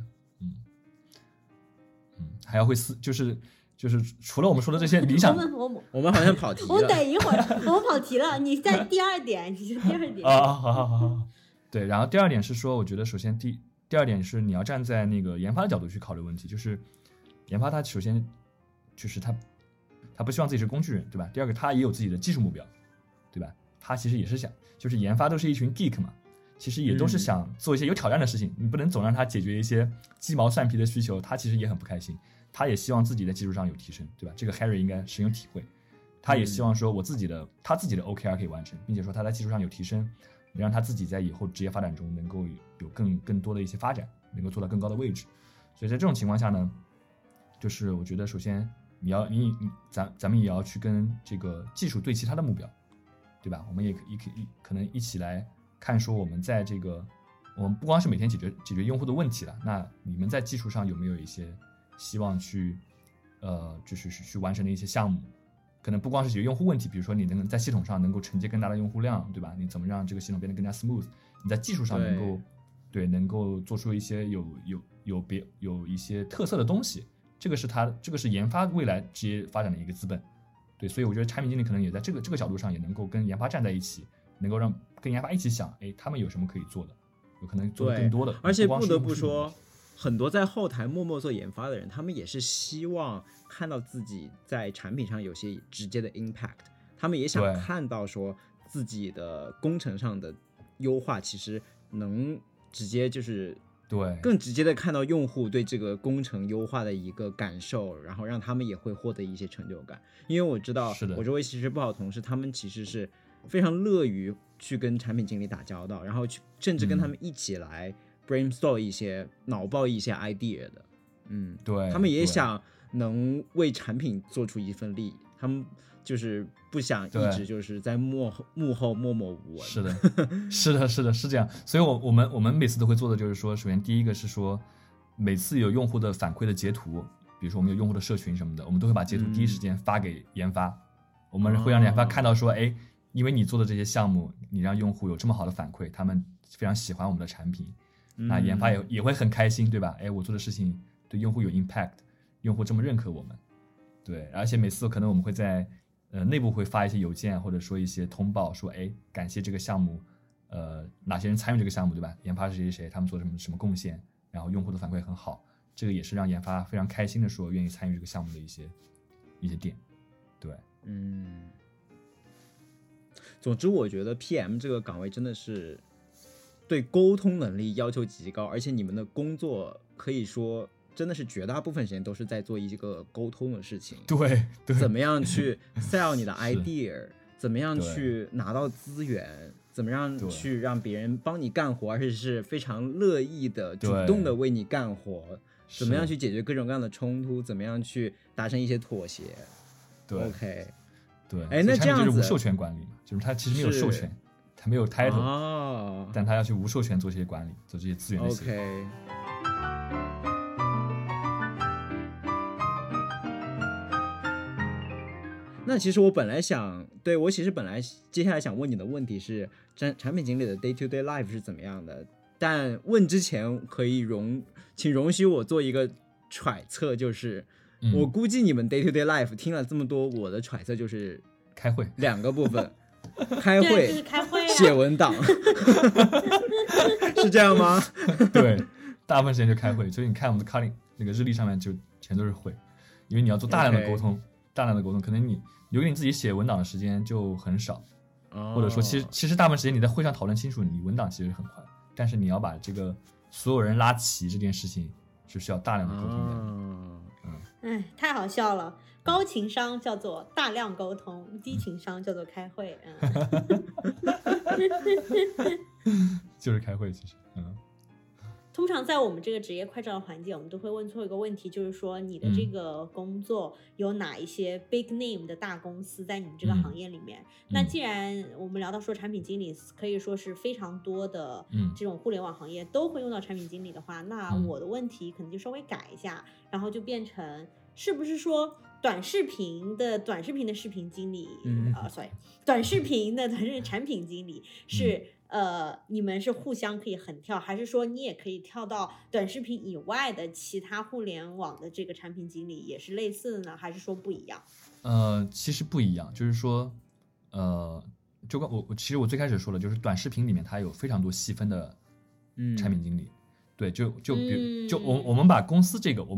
S2: 还要会就是除了我们说的这些理想，
S3: 我们好像跑题了。
S1: 我们等一会儿，我们跑题了。你在第二点，你是第二点
S2: 好。对，然后第二点是说，我觉得首先第二点是你要站在那个研发的角度去考虑问题，就是研发它首先就是他不希望自己是工具人，对吧？第二个他也有自己的技术目标，对吧？他其实也是想，就是研发都是一群 geek 嘛，其实也都是想做一些有挑战的事情，你不能总让他解决一些鸡毛蒜皮的需求，他其实也很不开心，他也希望自己在技术上有提升，对吧？这个 Harry 应该深有体会，他也希望说他自己的 OKR 可以完成，并且说他在技术上有提升，让他自己在以后职业发展中能够有更多的一些发展，能够做到更高的位置。所以在这种情况下呢，就是我觉得首先咱们也要去跟这个技术对齐他的目标，对吧？我们也可能一起来看说我们在这个我们不光是每天解决用户的问题了，那你们在技术上有没有一些希望去就是去完成的一些项目？可能不光是解决用户问题，比如说你能在系统上能够承接更大的用户量，对吧？你怎么让这个系统变得更加 smooth？ 你在技术上能够做出一些有一些特色的东西，这个是研发未来职业发展的一个资本。对，所以我觉得产品经理可能也在这个角度上也能够跟研发站在一起，能够跟研发一起想，哎，他们有什么可以做的，有可能做得更多的。
S3: 而且不得不说，很多在后台默默做研发的人，他们也是希望看到自己在产品上有些直接的 impact， 他们也想看到说自己的工程上的优化其实能直接就是
S2: 对
S3: 更直接的看到用户对这个工程优化的一个感受，然后让他们也会获得一些成就感。因为我知道我周围其实不少同事，他们其实是非常乐于去跟产品经理打交道，然后甚至跟他们一起来 brainstorm 一些脑爆一些 idea 的。
S2: 对，
S3: 他们也想能为产品做出一份力，他们就是不想一直就是在幕后默默无闻。
S2: 是的，是这样。所以我们每次都会做的就是说，首先第一个是说，每次有用户的反馈的截图，比如说我们有用户的社群什么的，我们都会把截图第一时间发给研发，我们会让研发看到说，哎，因为你做的这些项目，你让用户有这么好的反馈，他们非常喜欢我们的产品，那研发也会很开心，对吧？哎，我做的事情对用户有 impact， 用户这么认可我们，对，而且每次可能我们会在内部会发一些邮件，或者说一些通报，说哎，感谢这个项目，哪些人参与这个项目，对吧？研发是谁，他们做什么贡献，然后用户的反馈很好，这个也是让研发非常开心的说愿意参与这个项目的一些点，对，
S3: 总之，我觉得 PM 这个岗位真的是对沟通能力要求极高，而且你们的工作可以说真的是绝大部分时间都是在做一个沟通的事情。
S2: 对，
S3: 怎么样去 sell 你的 idea， 怎么样
S2: 对
S3: 去拿到资源，怎么样
S2: 对
S3: 去让别人帮你干活，而且是非常乐意的、主
S2: 对
S3: 动的为你干活，怎么样
S2: 是
S3: 去解决各种各样的冲突，怎么样去达成一些妥协。
S2: 对
S3: OK，
S2: 对，
S3: 哎那这样子
S2: 就是无授权管理嘛，就是他其实没有授
S3: 是
S2: 权，他没有 title，、
S3: 哦
S2: 但他要去无授权做这些管理，做这些资源的协作。
S3: ，OK。那其实我本来想，对，我其实本来接下来想问你的问题是，产品经理的 day to day life 是怎么样的？但问之前请容许我做一个揣测，就是、我估计你们 day to day life 听了这么多，我的揣测就是
S2: 开会
S3: 2个部分，开
S1: 对，就
S3: 会
S1: 是、开会啊。
S3: 写文档，是这样吗？
S2: 对，大部分时间就开会，所以你看我们的 Colin 那个日历上面就全都是会，因为你要做大量的沟通
S3: OK
S2: 大量的沟通，可能你留给你自己写文档的时间就很少，
S3: 哦
S2: 或者说其实大部分时间你在会上讨论清楚，你文档其实很快，但是你要把这个所有人拉齐这件事情是需要大量的沟通的。
S1: 哎，太好笑了！高情商叫做大量沟通，低情商叫做开会。
S2: 就是开会，其实，
S1: 通常在我们这个职业快照的环境，我们都会问错一个问题，就是说你的这个工作有哪一些 big name 的大公司在你们这个行业里面？那既然我们聊到说产品经理可以说是非常多的这种互联网行业都会用到产品经理的话，那我的问题可能就稍微改一下，然后就变成是不是说短视频的视频经理，短视频的产品经理是。你们是互相可以横跳，还是说你也可以跳到短视频以外的其他互联网的这个产品经理也是类似的呢？还是说不一样？
S2: 其实不一样，就是说，就跟其实我最开始说了，就是短视频里面它有非常多细分的产品经理，对，就我们把公司这个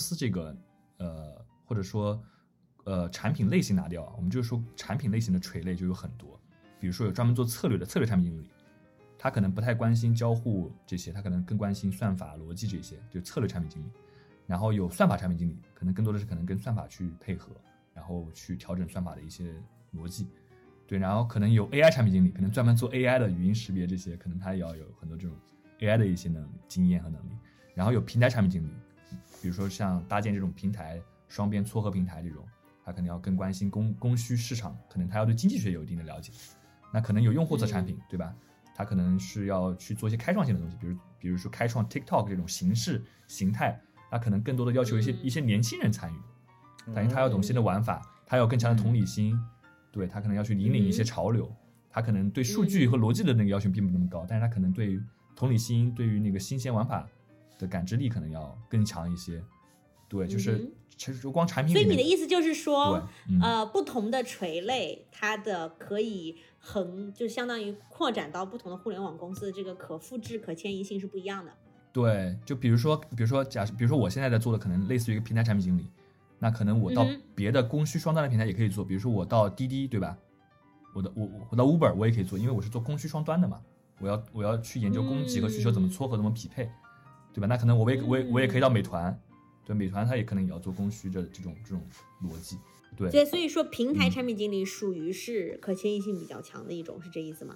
S2: 或者说产品类型拿掉，我们就是说产品类型的垂类就有很多，比如说有专门做策略的策略产品经理。他可能不太关心交互这些，他可能更关心算法逻辑这些，就策略产品经理。然后有算法产品经理，可能更多的是可能跟算法去配合，然后去调整算法的一些逻辑。对，然后可能有 AI 产品经理，可能专门做 AI 的语音识别这些，可能他也要有很多这种 AI 的一些经验和能力。然后有平台产品经理，比如说像搭建这种平台、双边撮合平台这种，他可能要更关心供需市场，可能他要对经济学有一定的了解。那可能有用户侧产品，对吧？他可能是要去做一些开创性的东西，比如说开创 TikTok 这种形态，他可能更多的要求一些年轻人参与，但是他要懂新的玩法，他要有更强的同理心，对，他可能要去引领一些潮流，他可能对数据和逻辑的那个要求并不那么高，但是他可能对于同理心，对于那个新鲜玩法的感知力可能要更强一些。对，就是其实光产品里面，
S1: 所以你的意思就是说，
S2: 对，
S1: 不同的垂类，它的可以就相当于扩展到不同的互联网公司的这个可复制、可迁移性是不一样的。
S2: 对，就比如说我现在在做的可能类似于一个平台产品经理，那可能我到别的供需双端的平台也可以做，比如说我到滴滴，对吧？我到 Uber 我也可以做，因为我是做供需双端的嘛，我要去研究供给和需求怎么撮合，怎么匹配，对吧？那可能我也可以到美团。对，美团它也可能也要做供需这种逻辑，对。
S1: 所以说平台产品经理属于是可迁移性比较强的一种，是这意思吗？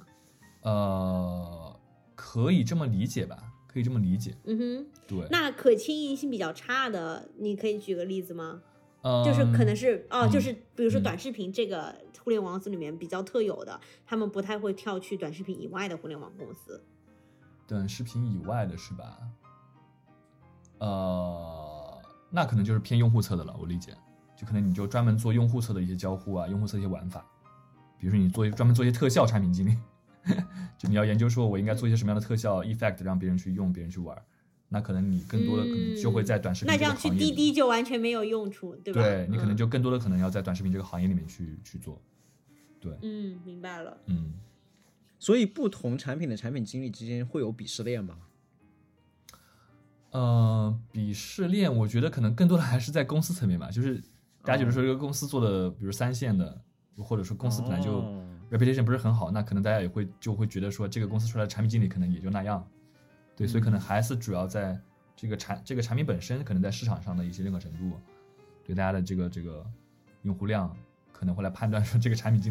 S2: 可以这么理解吧，可以这么理解。对。
S1: 那可迁移性比较差的，你可以举个例子吗？就是可能是就是比如说短视频这个互联网公司里面比较特有的，他们不太会跳去短视频以外的互联网公司。
S2: 短视频以外的是吧？那可能就是偏用户侧的了，我理解，就可能你就专门做用户侧的一些交互啊，用户侧的一些玩法，比如说你专门做一些特效产品经理，就你要研究说我应该做一些什么样的特效 effect 让别人去用，别人去玩，那可能你更多的可能就会在短视频这个行业里，
S1: 那这样去滴滴就完全没有用处，对吧？
S2: 对，你可能就更多的可能要在短视频这个行业里面去做，对，
S1: 明白了，
S3: 所以不同产品的产品经理之间会有鄙视链吗？
S2: 鄙视链我觉得可能更多的还是在公司层面吧，就是大家觉得说这个公司做的比如3线的，或者说公司本来就 reputation 不是很好，那可能大家就会觉得说这个公司出来的产品经理可能也就那样，对，所以可能还是主要在这个产品本身可能在市场上的一些认可程度，对大家的这个用户量可能会来判断说这个产品经理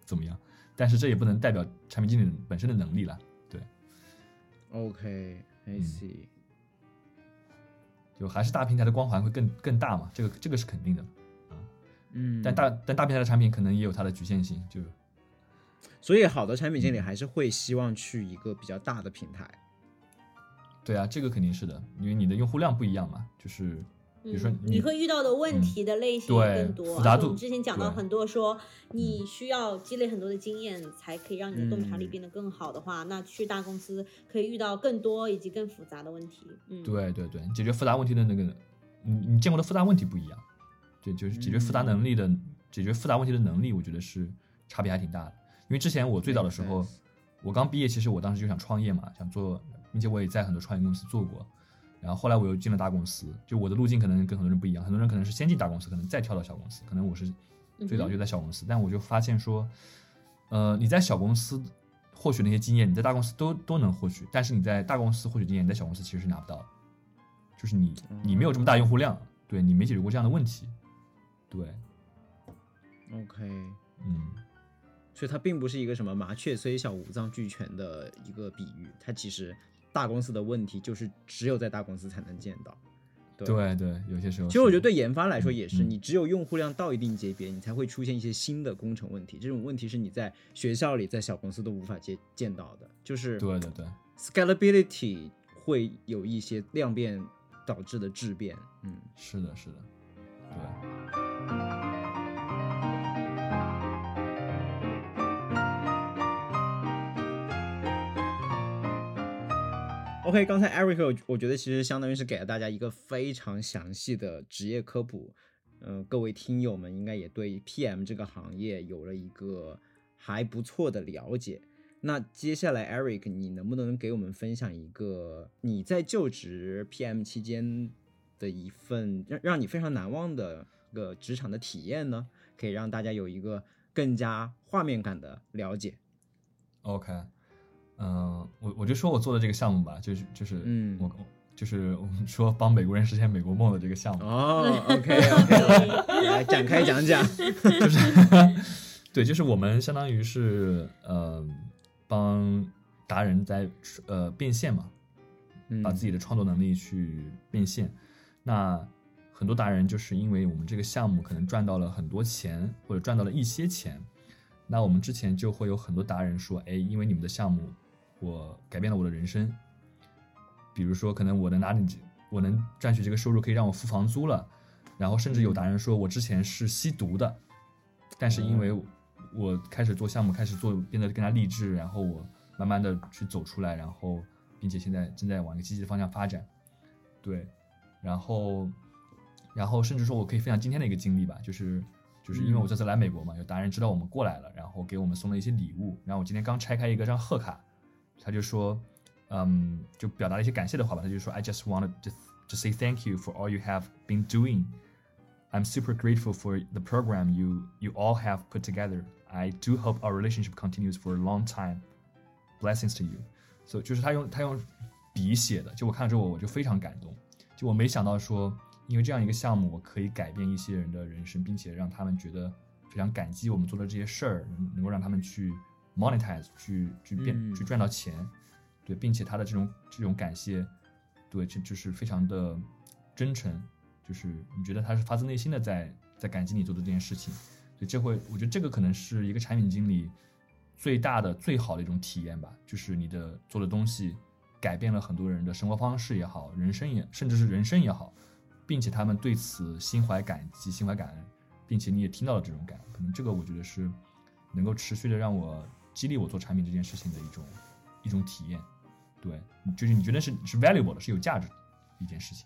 S2: 怎么样，但是这也不能代表产品经理本身的能力了。对
S3: ，OK，I see，
S2: 就还是大平台的光环会更大嘛，这个是肯定的。但大平台的产品可能也有它的局限性，就
S3: 所以好的产品经理还是会希望去一个比较大的平台。
S2: 对啊，这个肯定是的，因为你的用户量不一样嘛，就是比如说
S1: 你会遇到的问题的类型也更多，
S2: 复杂度。
S1: 我们之前讲到很多说你需要积累很多的经验才可以让你的洞察力变得更好的话，那去大公司可以遇到更多以及更复杂的问题。
S2: 对，解决复杂问题的那个你见过的复杂问题不一样。对，就是解决复杂问题的能力，我觉得是差别还挺大的。因为之前我最早的时候，我刚毕业，其实我当时就想创业嘛，想做，并且我也在很多创业公司做过。然后后来我又进了大公司，就我的路径可能跟很多人不一样，很多人可能是先进大公司，可能再跳到小公司，可能我是最早就在小公司，但我就发现说，你在小公司获取那些经验，你在大公司都能获取，但是你在大公司获取经验，你在小公司其实是拿不到的，就是你没有这么大用户量，对，你没解决过这样的问题。对
S3: ，OK， 所以它并不是一个什么麻雀虽小五脏俱全的一个比喻，它其实大公司的问题就是只有在大公司才能见到。
S2: 对，有些时候。
S3: 其实我觉得对研发来说也是，你只有用户量到一定级别，你才会出现一些新的工程问题。这种问题是你在学校里、在小公司都无法见到的，就是
S2: 对
S3: ，scalability 会有一些量变导致的质变。
S2: 是的，对。
S3: OK， 刚才 Eric 我觉得其实相当于是给了大家一个非常详细的职业科普，各位听友们应该也对 PM 这个行业有了一个还不错的了解。那接下来 Eric 你能不能给我们分享一个你在就职 PM 期间的一份让你非常难忘的一个职场的体验呢？可以让大家有一个更加画面感的了解。
S2: OK。我就说我做的这个项目吧，就是我们说帮美国人实现美国梦的这个项目。
S3: OK， 来展开讲讲。
S2: 对，就是我们相当于是帮达人在变现嘛，把自己的创作能力去变现。那很多达人就是因为我们这个项目可能赚到了很多钱，或者赚到了一些钱，那我们之前就会有很多达人说，因为你们的项目我改变了我的人生，比如说可能我能赚取这个收入可以让我付房租了，然后甚至有达人说我之前是吸毒的，但是因为我开始做项目，开始做变得更加励志，然后我慢慢的去走出来，然后并且现在正在往一个积极的方向发展。对，然后甚至说我可以分享今天的一个经历吧，就是因为我这次来美国嘛，有达人知道我们过来了，然后给我们送了一些礼物，然后我今天刚拆开一个张贺卡，他就说就表达了一些感谢的话吧，他就说 I just wanted to say thank you for all you have been doing. I'm super grateful for the program you all have put together. I do hope our relationship continues for a long time. Blessings to you. So 就是他用笔写的，就我看了之后我就非常感动，就我没想到说因为这样一个项目我可以改变一些人的人生，并且让他们觉得非常感激我们做的这些事儿，能够让他们去 monetize 去赚到钱。对，并且他的这种感谢，对，就是非常的真诚，就是你觉得他是发自内心的在感激你做的这件事情。所以我觉得这个可能是一个产品经理最大的最好的一种体验吧，就是你的做的东西改变了很多人的生活方式也好，甚至是人生也好，并且他们对此心怀感激心怀感恩，并且你也听到了这种感恩，可能这个我觉得是能够持续的让我激励我做产品这件事情的一种体验。对，就是你觉得是 valuable 的，是有价值的一件事情。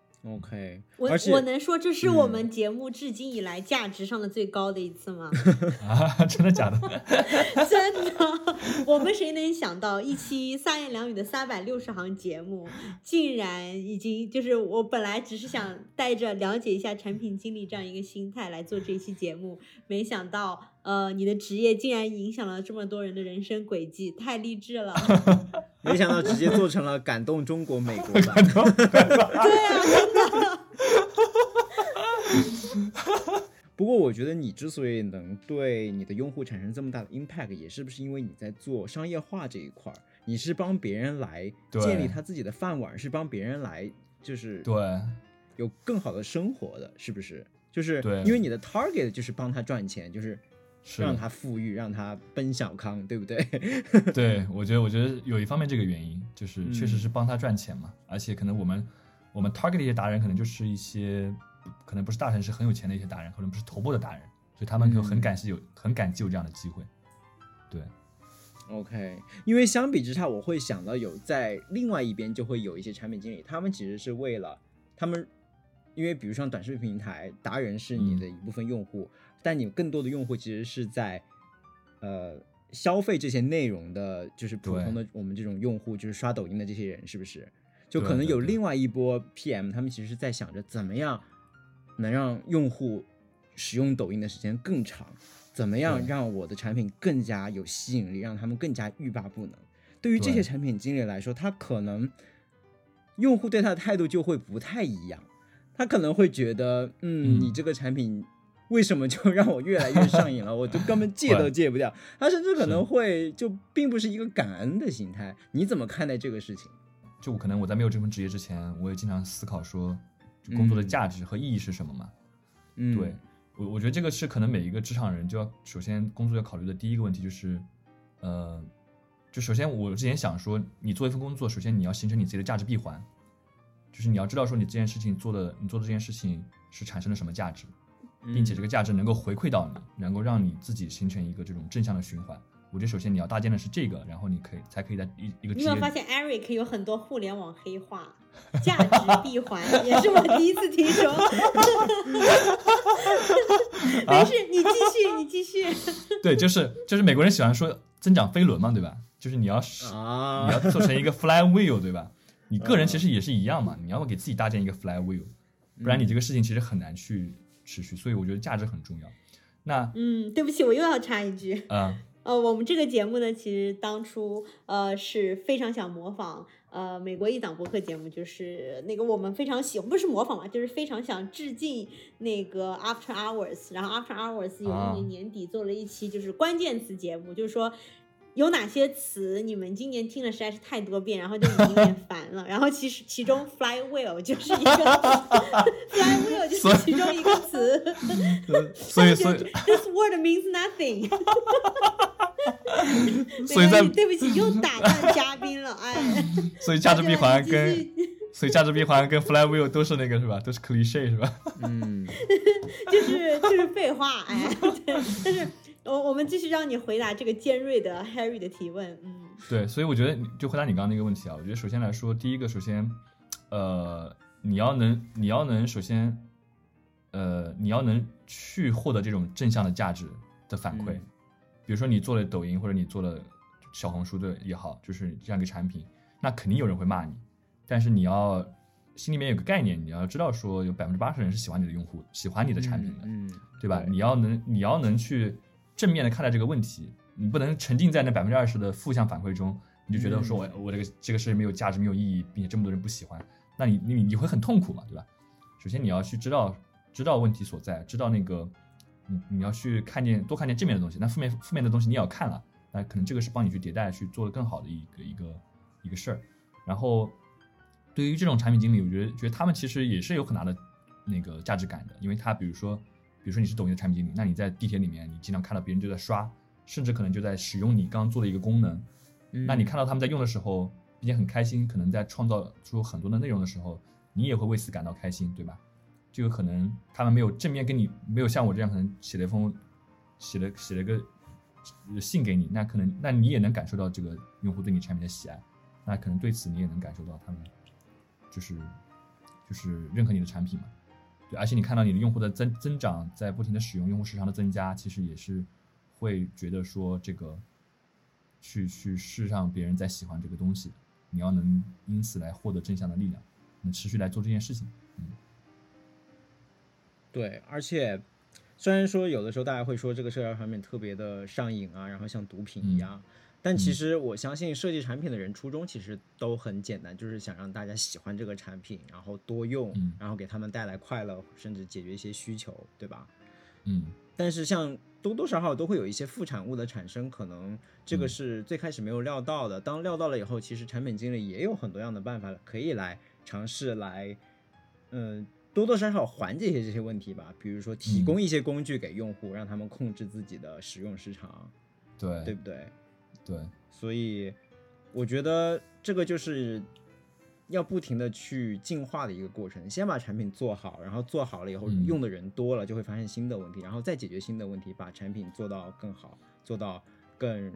S3: OK，
S1: 我能说这是我们节目至今以来价值上的最高的一次吗？
S2: 真的假的？
S1: 真的，我们谁能想到一期三言两语的360行节目，竟然已经就是我本来只是想带着了解一下产品经理这样一个心态来做这一期节目，没想到你的职业竟然影响了这么多人的人生轨迹，太励志了。
S3: 没想到直接做成了感动中国美国版。对
S1: 啊，真的。
S3: 不过我觉得你之所以能对你的用户产生这么大的 impact， 也是不是因为你在做商业化这一块，你是帮别人来建立他自己的饭碗，是帮别人来就是
S2: 对
S3: 有更好的生活的，是不是？就是
S2: 对
S3: 因为你的 target 就是帮他赚钱，就是让他富裕，让他奔小康，对不对？
S2: 对，我觉得有一方面这个原因，就是确实是帮他赚钱嘛，而且可能我们 target 的一些达人，可能就是一些可能不是大城市很有钱的一些达人，可能不是头部的达人，所以他们就很感激有这样的机会。对
S3: OK， 因为相比之下，我会想到有在另外一边就会有一些产品经理，他们其实是为了他们，因为比如像短视频平台，达人是你的一部分用户，但你更多的用户其实是在消费这些内容的，就是普通的我们这种用户，就是刷抖音的这些人，是不是？就可能有另外一波 PM， 他们其实是在想着怎么样能让用户使用抖音的时间更长，怎么样让我的产品更加有吸引力，让他们更加欲罢不能。对于这些产品经理来说，他可能用户对他的态度就会不太一样，他可能会觉得你这个产品为什么就让我越来越上瘾了，我就根本戒都戒不掉。他甚至可能会就并不是一个感恩的心态。你怎么看待这个事情？
S2: 就可能我在没有这份职业之前，我也经常思考说工作的价值和意义是什么嘛。对，我觉得这个是可能每一个职场人就要首先工作要考虑的第一个问题，就是就首先我之前想说，你做一份工作，首先你要形成你自己的价值闭环，就是你要知道说你这件事情你做的这件事情是产生了什么价值，并且这个价值能够回馈到你，能够让你自己形成一个这种正向的循环。我觉得首先你要搭建的是这个，然后你才可以在一个职业。
S1: 你有没有发现 Eric 有很多互联网黑话，价值闭环也是我第一次听说。没事，你继续。
S2: 对，就是美国人喜欢说增长飞轮嘛，对吧？就是你要做成一个 flywheel， 对吧？你个人其实也是一样嘛，你要给自己搭建一个 flywheel， 不然你这个事情其实很难去持续。所以我觉得价值很重要。那
S1: 对不起，我又要插一句我们这个节目呢，其实当初是非常想模仿美国一档播客节目，就是那个我们非常喜欢，不是模仿嘛，就是非常想致敬那个 After Hours。然后 After Hours 有一年年底做了一期就是关键词节目，就是说有哪些词你们今年听了实在是太多遍，然后就已经有点烦了。然后其中 flywheel 就是一个flywheel 就是其中一个词。
S2: 所以
S1: this word means nothing。
S2: 所以
S1: 对不起，又打断嘉宾了，哎。
S2: 所以价值闭环跟 flywheel 都是那个是吧？都是 cliché 是吧？
S1: 就是废话，哎。对，但是我们继续让你回答这个尖锐的 Harry 的提问。
S2: 对，所以我觉得就回答你刚刚那个问题啊，我觉得首先来说，第一个，首先你要能首先你要能去获得这种正向的价值的反馈。比如说你做了抖音或者你做了小红书的也好，就是这样一个产品，那肯定有人会骂你，但是你要心里面有个概念，你要知道说有80%人是喜欢你的用户，喜欢你的产品的，对吧？你要能去正面的看待这个问题，你不能沉浸在那20%的负向反馈中，你就觉得说我这个事没有价值没有意义，并且这么多人不喜欢，那你会很痛苦嘛，对吧？首先你要去知道问题所在，知道那个你要去多看见正面的东西，那负面的东西你也要看了，那可能这个是帮你去迭代去做的更好的一个事儿。然后对于这种产品经理，我觉得他们其实也是有很大的那个价值感的，因为他比如说你是抖音的产品经理，那你在地铁里面你经常看到别人就在刷，甚至可能就在使用你刚刚做的一个功能，那你看到他们在用的时候并且很开心，可能在创造出很多的内容的时候，你也会为此感到开心，对吧？这个可能他们没有正面跟你，没有像我这样可能写了个信给你，那你也能感受到这个用户对你产品的喜爱，那可能对此你也能感受到他们就是认可你的产品嘛。对，而且你看到你的用户的增长，在不停的使用，用户时长的增加，其实也是会觉得说这个去试让别人在喜欢这个东西，你要能因此来获得正向的力量，能持续来做这件事情。
S3: 对，而且虽然说有的时候大家会说这个社交产品特别的上瘾啊，然后像毒品一样，但其实我相信设计产品的人初衷其实都很简单，就是想让大家喜欢这个产品，然后多用，然后给他们带来快乐，甚至解决一些需求，对吧？ 但是像多多少少都会有一些副产物的产生，可能这个是最开始没有料到的。当料到了以后，其实产品经理也有很多样的办法可以来尝试来，多多少少缓解一些这些问题吧。比如说提供一些工具给用户，让他们控制自己的使用时长，对不对？
S2: 对。
S3: 所以我觉得这个就是要不停的去进化的一个过程，先把产品做好，然后做好了以后，用的人多了就会发现新的问题，然后再解决新的问题，把产品做到更好，做到更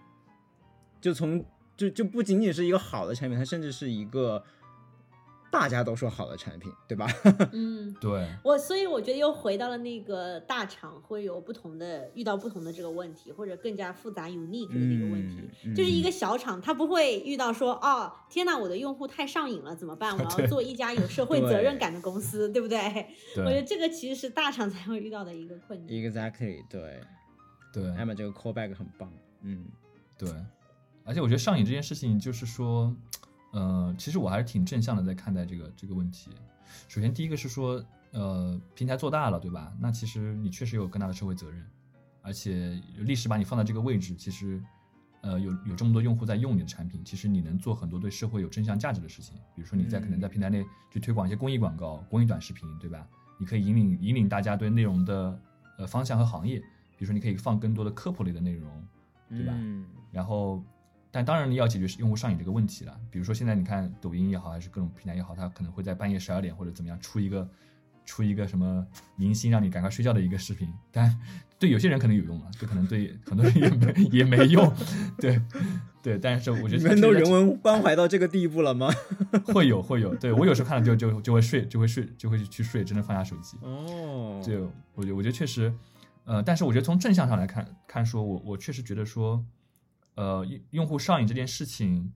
S3: 就不仅仅是一个好的产品，它甚至是一个大家都说好的产品，对吧？
S2: 对。
S1: 所以我觉得又回到了那个大厂会有遇到不同的这个问题，或者更加复杂 unique 的这个问题。就是一个小厂，它不会遇到说天哪，我的用户太上瘾了怎么办？我要做一家有社会责任感的公司，对不对？我觉得这个其实是大厂才会遇到的一个困境。
S3: Exactly， 对。Emma 这个 callback 很棒。
S2: 对。而且我觉得上瘾这件事情，就是说。其实我还是挺正向的在看待这个问题。首先第一个是说，平台做大了，对吧？那其实你确实有更大的社会责任，而且历史把你放在这个位置，其实，有这么多用户在用你的产品，其实你能做很多对社会有正向价值的事情。比如说你可能在平台内去推广一些公益广告、公益短视频，对吧？你可以引领大家对内容的方向和行业，比如说你可以放更多的科普类的内容，对吧？然后。但当然你要解决用户上瘾这个问题了，比如说现在你看抖音也好，还是各种平台也好，它可能会在半夜12点或者怎么样出一个什么明星让你赶快睡觉的一个视频，但对有些人可能有用了，就可能对很多人也没用，对，但是我觉得
S3: 你们都人文关怀到这个地步了吗？会
S2: 有，对，我有时候看了就会睡，就会去睡，真的放下手机。对，我觉得确实，但是我觉得从正向上来看说，我确实觉得说。用户上瘾这件事情，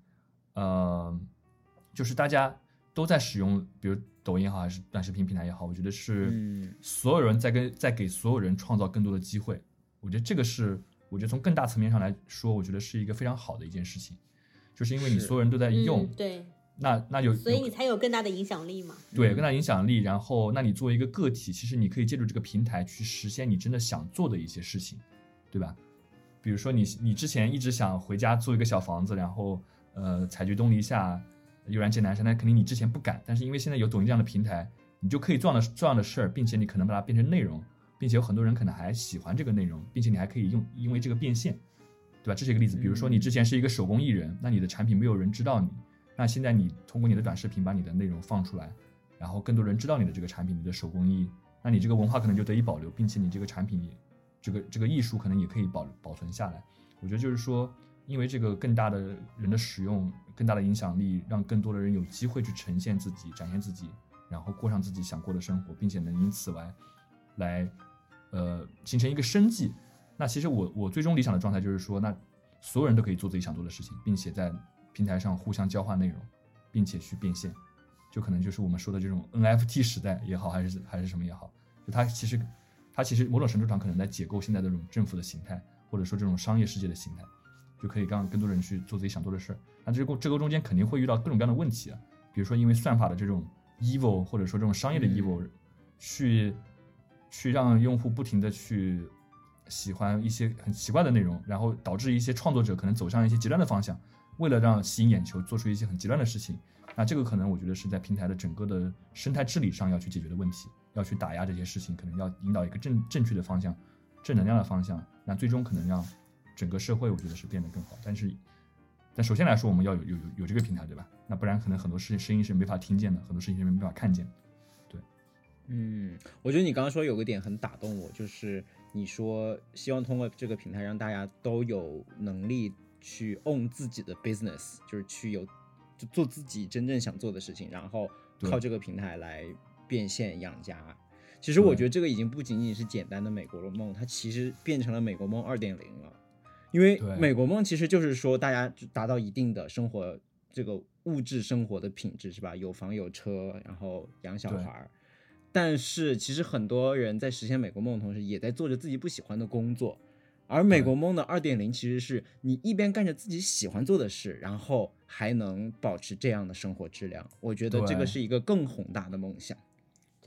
S2: 就是大家都在使用，比如抖音也好，还是短视频平台也好，我觉得是所有人在给所有人创造更多的机会。我觉得这个是，我觉得从更大层面上来说，我觉得是一个非常好的一件事情，就是因为你所有人都在用，
S1: 对，
S2: 那
S1: 所以你才有更大的影响力嘛。
S2: 对，更大影响力。然后，那你作为一个个体，其实你可以借助这个平台去实现你真的想做的一些事情，对吧？比如说你之前一直想回家租一个小房子，然后采菊东篱下，悠然见南山，那肯定你之前不敢，但是因为现在有抖音这样的平台，你就可以做这样的事儿，并且你可能把它变成内容，并且有很多人可能还喜欢这个内容，并且你还可以因为这个变现，对吧？这是一个例子。比如说你之前是一个手工艺人，那你的产品没有人知道你，那现在你通过你的短视频把你的内容放出来，然后更多人知道你的这个产品，你的手工艺，那你这个文化可能就得以保留，并且你这个产品这个艺术可能也可以保存下来。我觉得就是说，因为这个更大的人的使用，更大的影响力，让更多的人有机会去呈现自己、展现自己，然后过上自己想过的生活，并且能因此来形成一个生计。那其实我最终理想的状态就是说，那所有人都可以做自己想做的事情，并且在平台上互相交换内容，并且去变现。就可能就是我们说的这种 NFT 时代也好，还是什么也好，就它其实某种程度上可能在解构现在的这种政府的形态，或者说这种商业世界的形态，就可以让更多人去做自己想做的事儿。那这个中间肯定会遇到各种各样的问题啊，比如说因为算法的这种 evil， 或者说这种商业的 evil，去让用户不停的去喜欢一些很奇怪的内容，然后导致一些创作者可能走上一些极端的方向，为了让吸引眼球，做出一些很极端的事情。那这个可能我觉得是在平台的整个的生态治理上要去解决的问题，要去打压这些事情，可能要引导一个正确的方向，正能量的方向，那最终可能让整个社会我觉得是变得更好。但首先来说，我们要有这个平台，对吧？那不然可能很多声音是没法听见的，很多事情是没办法看见的。对，
S3: 我觉得你刚刚说有个点很打动我，就是你说希望通过这个平台让大家都有能力去 own 自己的 business， 就是就做自己真正想做的事情，然后靠这个平台来变现养家。其实我觉得这个已经不仅仅是简单的美国梦，它其实变成了美国梦 2.0 了。因为美国梦其实就是说大家达到一定的生活，这个物质生活的品质，是吧？有房有车，然后养小孩。但是其实很多人在实现美国梦的同时，也在做着自己不喜欢的工作。而美国梦的 2.0 其实是你一边干着自己喜欢做的事，然后还能保持这样的生活质量。我觉得这个是一个更宏大的梦想。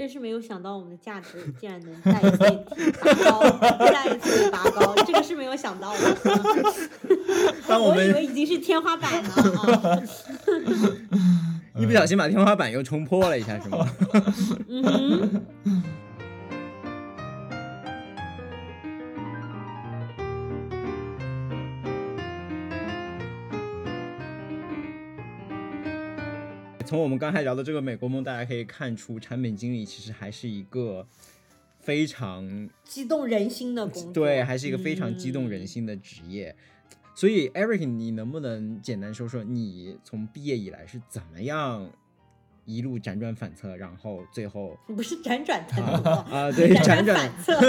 S1: 真是没有想到我们的价值竟然能再一次拔高，再一次拔高，这个是没有想到的。
S3: 当我们
S1: 我以为已经是天花板了啊！
S3: 一不小心把天花板又冲破了一下，是吗？
S1: 嗯哼。
S3: 从我们刚才聊的这个美国梦，大家可以看出，产品经理其实还是一个非常
S1: 激动人心的工作，
S3: 对，还是一个非常激动人心的职业。所以 Eric， 你能不能简单说说你从毕业以来是怎么样一路辗转反侧，然后最后
S1: 不是辗转腾挪
S3: 对，
S1: 辗
S3: 转
S1: 反侧。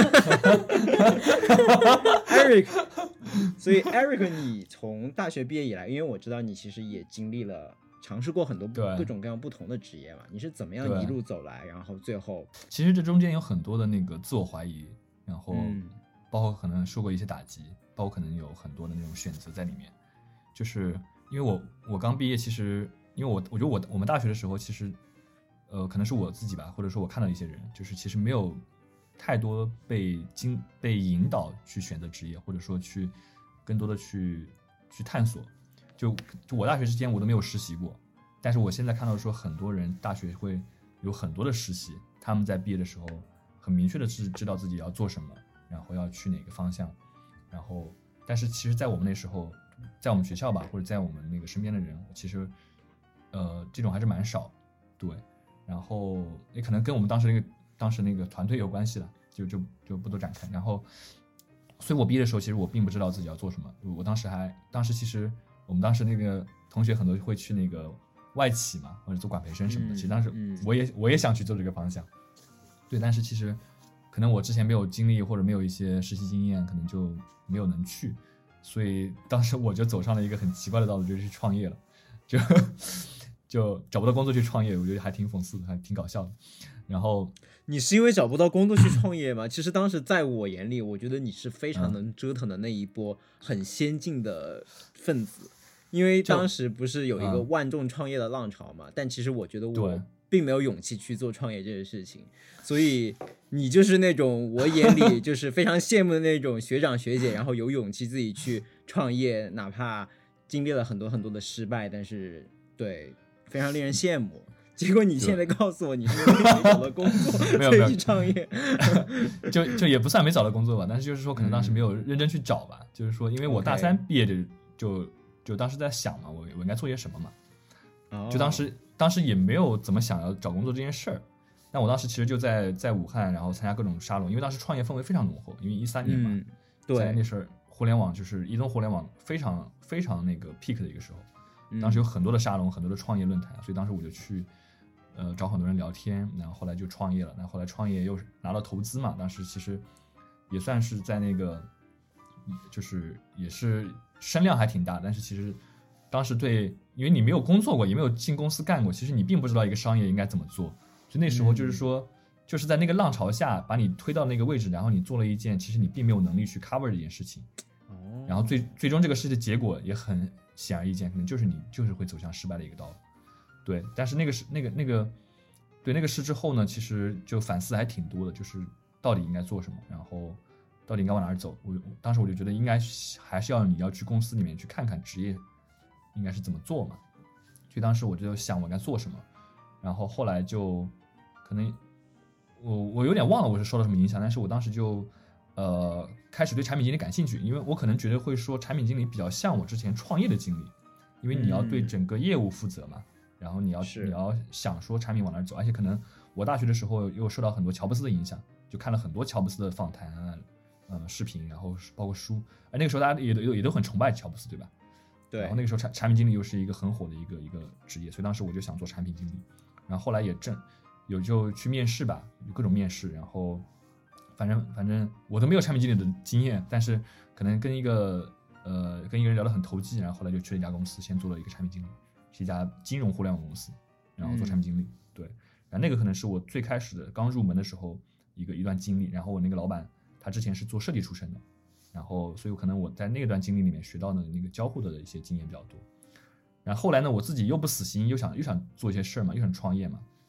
S3: Eric， 所以 Eric， 你从大学毕业以来，因为我知道你其实也经历了。尝试过很多各种各样不同的职业嘛？你是怎么样一路走来，然后最后？
S2: 其实这中间有很多的那个自我怀疑，然后包括可能受过一些打击，包括可能有很多的那种选择在里面。就是因为我刚毕业，其实因为我觉得我们大学的时候，其实可能是我自己吧，或者说我看到一些人，就是其实没有太多被引导去选择职业，或者说去更多的去探索。就我大学之间我都没有实习过，但是我现在看到说很多人大学会有很多的实习，他们在毕业的时候很明确的是知道自己要做什么，然后要去哪个方向，然后但是其实在我们那时候，在我们学校吧，或者在我们那个身边的人，其实这种还是蛮少，对，然后也可能跟我们当时那个团队有关系了，就不多展开。然后所以我毕业的时候其实我并不知道自己要做什么，我当时其实我们当时那个同学很多会去那个外企嘛，或者做管培生什么的。其实当时我也想去做这个方向，对，但是其实可能我之前没有经历或者没有一些实习经验，可能就没有能去，所以当时我就走上了一个很奇怪的道路，就是去创业了，就找不到工作去创业，我觉得还挺讽刺的，还挺搞笑的。然后
S3: 你是因为找不到工作去创业吗？其实当时在我眼里，我觉得你是非常能折腾的那一波很先进的分子，因为当时不是有一个万众创业的浪潮嘛，但其实我觉得我并没有勇气去做创业这件事情，所以你就是那种我眼里就是非常羡慕的那种学长学姐，然后有勇气自己去创业，哪怕经历了很多很多的失败，但是对，非常令人羡慕。结果你现在告诉我你是因为没找到工作所以去创业
S2: 就也不算没找到工作吧，但是就是说可能当时没有认真去找吧，就是说因为我大三毕业就当时在想嘛，我应该做些什么嘛，就当时也没有怎么想要找工作这件事儿。但我当时其实就在武汉，然后参加各种沙龙，因为当时创业氛围非常浓厚，因为13年嘛，
S3: 对，
S2: 那时候互联网就是移动互联网非常非常那个 peak 的一个时候，当时有很多的沙龙，很多的创业论坛，所以当时我就去找很多人聊天，然后后来就创业了。然后后来创业又拿到投资嘛，当时其实也算是在那个，就是也是声量还挺大，但是其实当时因为你没有工作过，也没有进公司干过，其实你并不知道一个商业应该怎么做。所以那时候就是说，就是在那个浪潮下把你推到那个位置，然后你做了一件其实你并没有能力去 cover 这件事情。然后最终这个事的结果也很显而易见，可能就是你就是会走向失败的一个道路。对，但是那个事之后呢，其实就反思还挺多的，就是到底应该做什么，然后到底应该往哪儿走。当时我就觉得应该还是你要去公司里面去看看职业应该是怎么做嘛。所以当时我就想我应该做什么，然后后来就可能我有点忘了我是受到什么影响，但是我当时就开始对产品经理感兴趣，因为我可能觉得会说产品经理比较像我之前创业的经历，因为你要对整个业务负责嘛。然后你要想说产品往哪儿走，而且可能我大学的时候又受到很多乔布斯的影响，就看了很多乔布斯的访谈视频，然后包括书。那个时候大家也都很崇拜乔布斯，对吧？
S3: 对。
S2: 然后那个时候产品经理又是一个很火的一个职业，所以当时我就想做产品经理。然后后来也就去面试吧，有各种面试，然后反正我都没有产品经理的经验，但是可能跟一个人聊得很投机，然后后来就去了一家公司，先做了一个产品经理。是一家金融互联网公司，然后做产品经理，对，然后那个可能是我最开始的刚入门的时候一段经历。然后我那个老板他之前是做设计出身的，然后所以可能我在那段经历里面学到的那个交互的一些经验比较多。然后后来呢，我自己又不死心，又想做一些事儿嘛，又想创业嘛，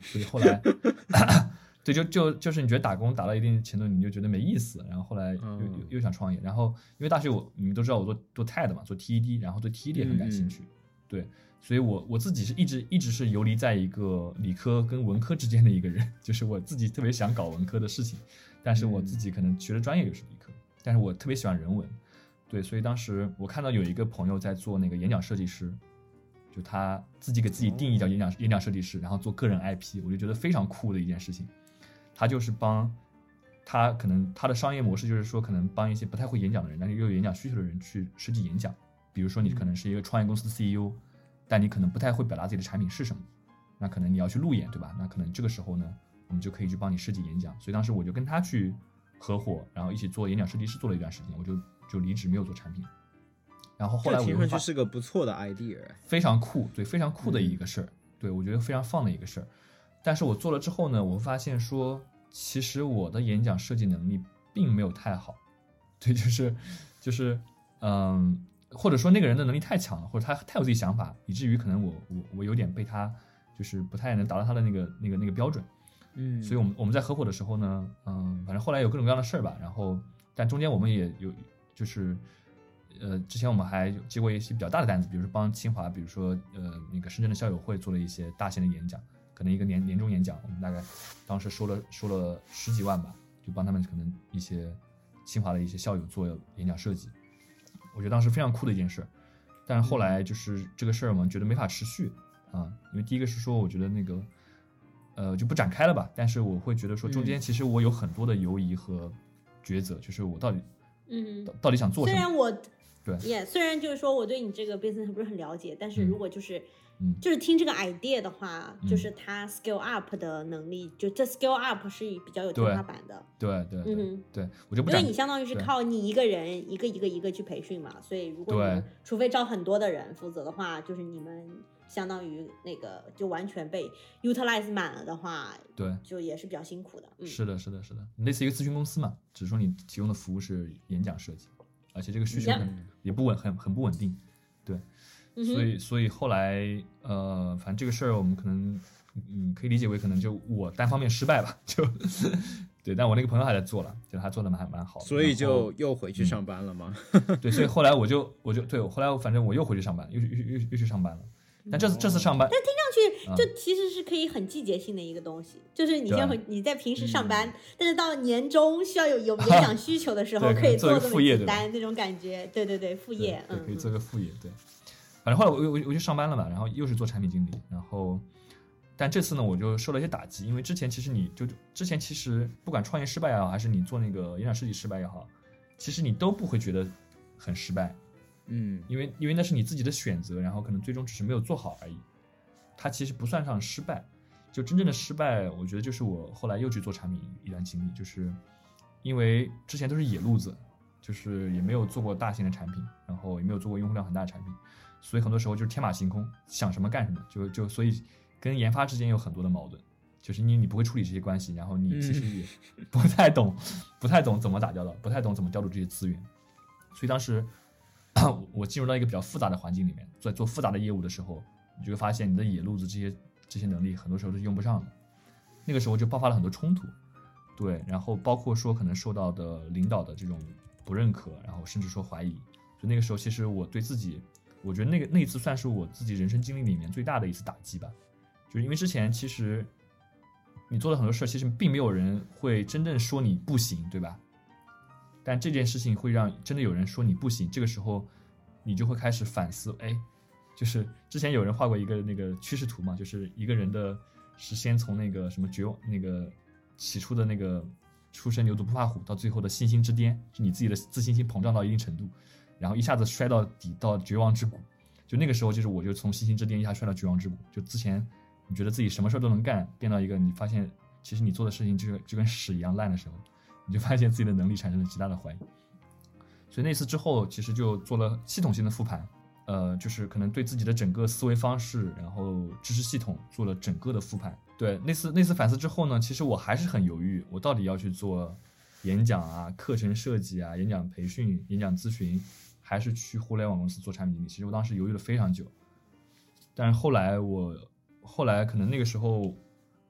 S2: 所以后来对就是你觉得打工打到一定程度你就觉得没意思，然后后来又想创业，然后因为大学你们都知道我做 TED 嘛，做 TED， 然后对 TED 也很感兴趣，对，所以我自己是一直是游离在一个理科跟文科之间的一个人，就是我自己特别想搞文科的事情，但是我自己可能学的专业又是理科，但是我特别喜欢人文，对，所以当时我看到有一个朋友在做那个演讲设计师，就他自己给自己定义叫演讲设计师，然后做个人 IP， 我就觉得非常酷的一件事情。他就是可能他的商业模式就是说，可能帮一些不太会演讲的人，但是又有演讲需求的人去设计演讲。比如说你可能是一个创业公司的 CEO，但你可能不太会表达自己的产品是什么，那可能你要去路演，对吧？那可能这个时候呢，我们就可以去帮你设计演讲。所以当时我就跟他去合伙，然后一起做演讲设计师，做了一段时间，我就离职没有做产品。然后后来我
S3: 听上去是个不错的 idea，
S2: 非常酷，对，非常酷的一个事儿，对，我觉得非常放的一个事儿。但是我做了之后呢，我发现说，其实我的演讲设计能力并没有太好，对，就是或者说那个人的能力太强了，或者他太有自己想法，以至于可能我有点被他就是不太能达到他的那个标准，所以我们在合伙的时候呢，反正后来有各种各样的事儿吧，然后但中间我们也有就是之前我们还接过一些比较大的单子，比如说帮清华，比如说那个深圳的校友会做了一些大型的演讲，可能一个年终演讲，我们大概当时收了10几万吧，就帮他们可能一些清华的一些校友做演讲设计。我觉得当时非常酷的一件事，但是后来就是这个事儿我们觉得没法持续啊，因为第一个是说我觉得那个就不展开了吧，但是我会觉得说中间其实我有很多的犹疑和抉择，就是我到底想做什么。
S1: 虽然我
S2: 对
S1: 虽然就是说我对你这个 business 不是很了解，但是如果就是听这个 idea 的话，就是它 scale up 的能力，就这 scale up 是比较有天花板的。
S2: 对，我就不展，
S1: 因为你相当于是靠你一个人一个去培训嘛，所以如果你除非招很多的人负责的话，就是你们相当于那个就完全被 utilize 满了的话，
S2: 对，
S1: 就也是比较辛苦的。
S2: 是的，类似于一个咨询公司嘛，只是说你提供的服务是演讲设计，而且这个需求也很不稳定，对。所以后来反正这个事儿我们可能可以理解为可能就我单方面失败吧，就对，但我那个朋友还在做了，就他做的蛮好的，
S3: 所以就又回去上班了吗？
S2: 对，所以后来我就对，后来反正我又回去上班，又去上班了。但这次上班，
S1: 但听上去就其实是可以很季节性的一个东西，就是你在平时上班，但是到年终需要有演讲需求的时候，可以做这么几单那种感觉。对，副业，
S2: 可以做个副业，对。反正后来我就上班了嘛，然后又是做产品经理，然后但这次呢我就受了一些打击，因为之前其实不管创业失败也好，还是你做那个演讲设计失败也好，其实你都不会觉得很失败，因为那是你自己的选择，然后可能最终只是没有做好而已，它其实不算上失败。就真正的失败，我觉得就是我后来又去做产品一段经历，就是因为之前都是野路子，就是也没有做过大型的产品，然后也没有做过用户量很大的产品，所以很多时候就是天马行空，想什么干什么，所以跟研发之间有很多的矛盾，就是你不会处理这些关系，然后你其实也不太懂怎么打交道，不太懂怎么调度这些资源，所以当时我进入到一个比较复杂的环境里面，在做复杂的业务的时候，你就会发现你的野路子这些能力很多时候是用不上的，那个时候就爆发了很多冲突，对，然后包括说可能受到的领导的这种不认可，然后甚至说怀疑，所以那个时候其实我对自己，我觉得那一次算是我自己人生经历里面最大的一次打击吧，就是因为之前其实你做的很多事其实并没有人会真正说你不行，对吧？但这件事情会让真的有人说你不行，这个时候你就会开始反思，就是之前有人画过一个那个趋势图嘛，就是一个人的是先从那个什么绝望那个起初的那个初生牛犊不怕虎，到最后的信心之巅，是你自己的自信心膨胀到一定程度，然后一下子摔到底到绝望之谷，就那个时候就是我就从信心之巅一下摔到绝望之谷，就之前你觉得自己什么事都能干，变到一个你发现其实你做的事情就跟屎一样烂的时候，你就发现自己的能力产生了极大的怀疑。所以那次之后其实就做了系统性的复盘，就是可能对自己的整个思维方式，然后知识系统做了整个的复盘。对，那次反思之后呢，其实我还是很犹豫，我到底要去做演讲啊、课程设计啊、演讲培训、演讲咨询，还是去互联网公司做产品经理。其实我当时犹豫了非常久，但是后来可能那个时候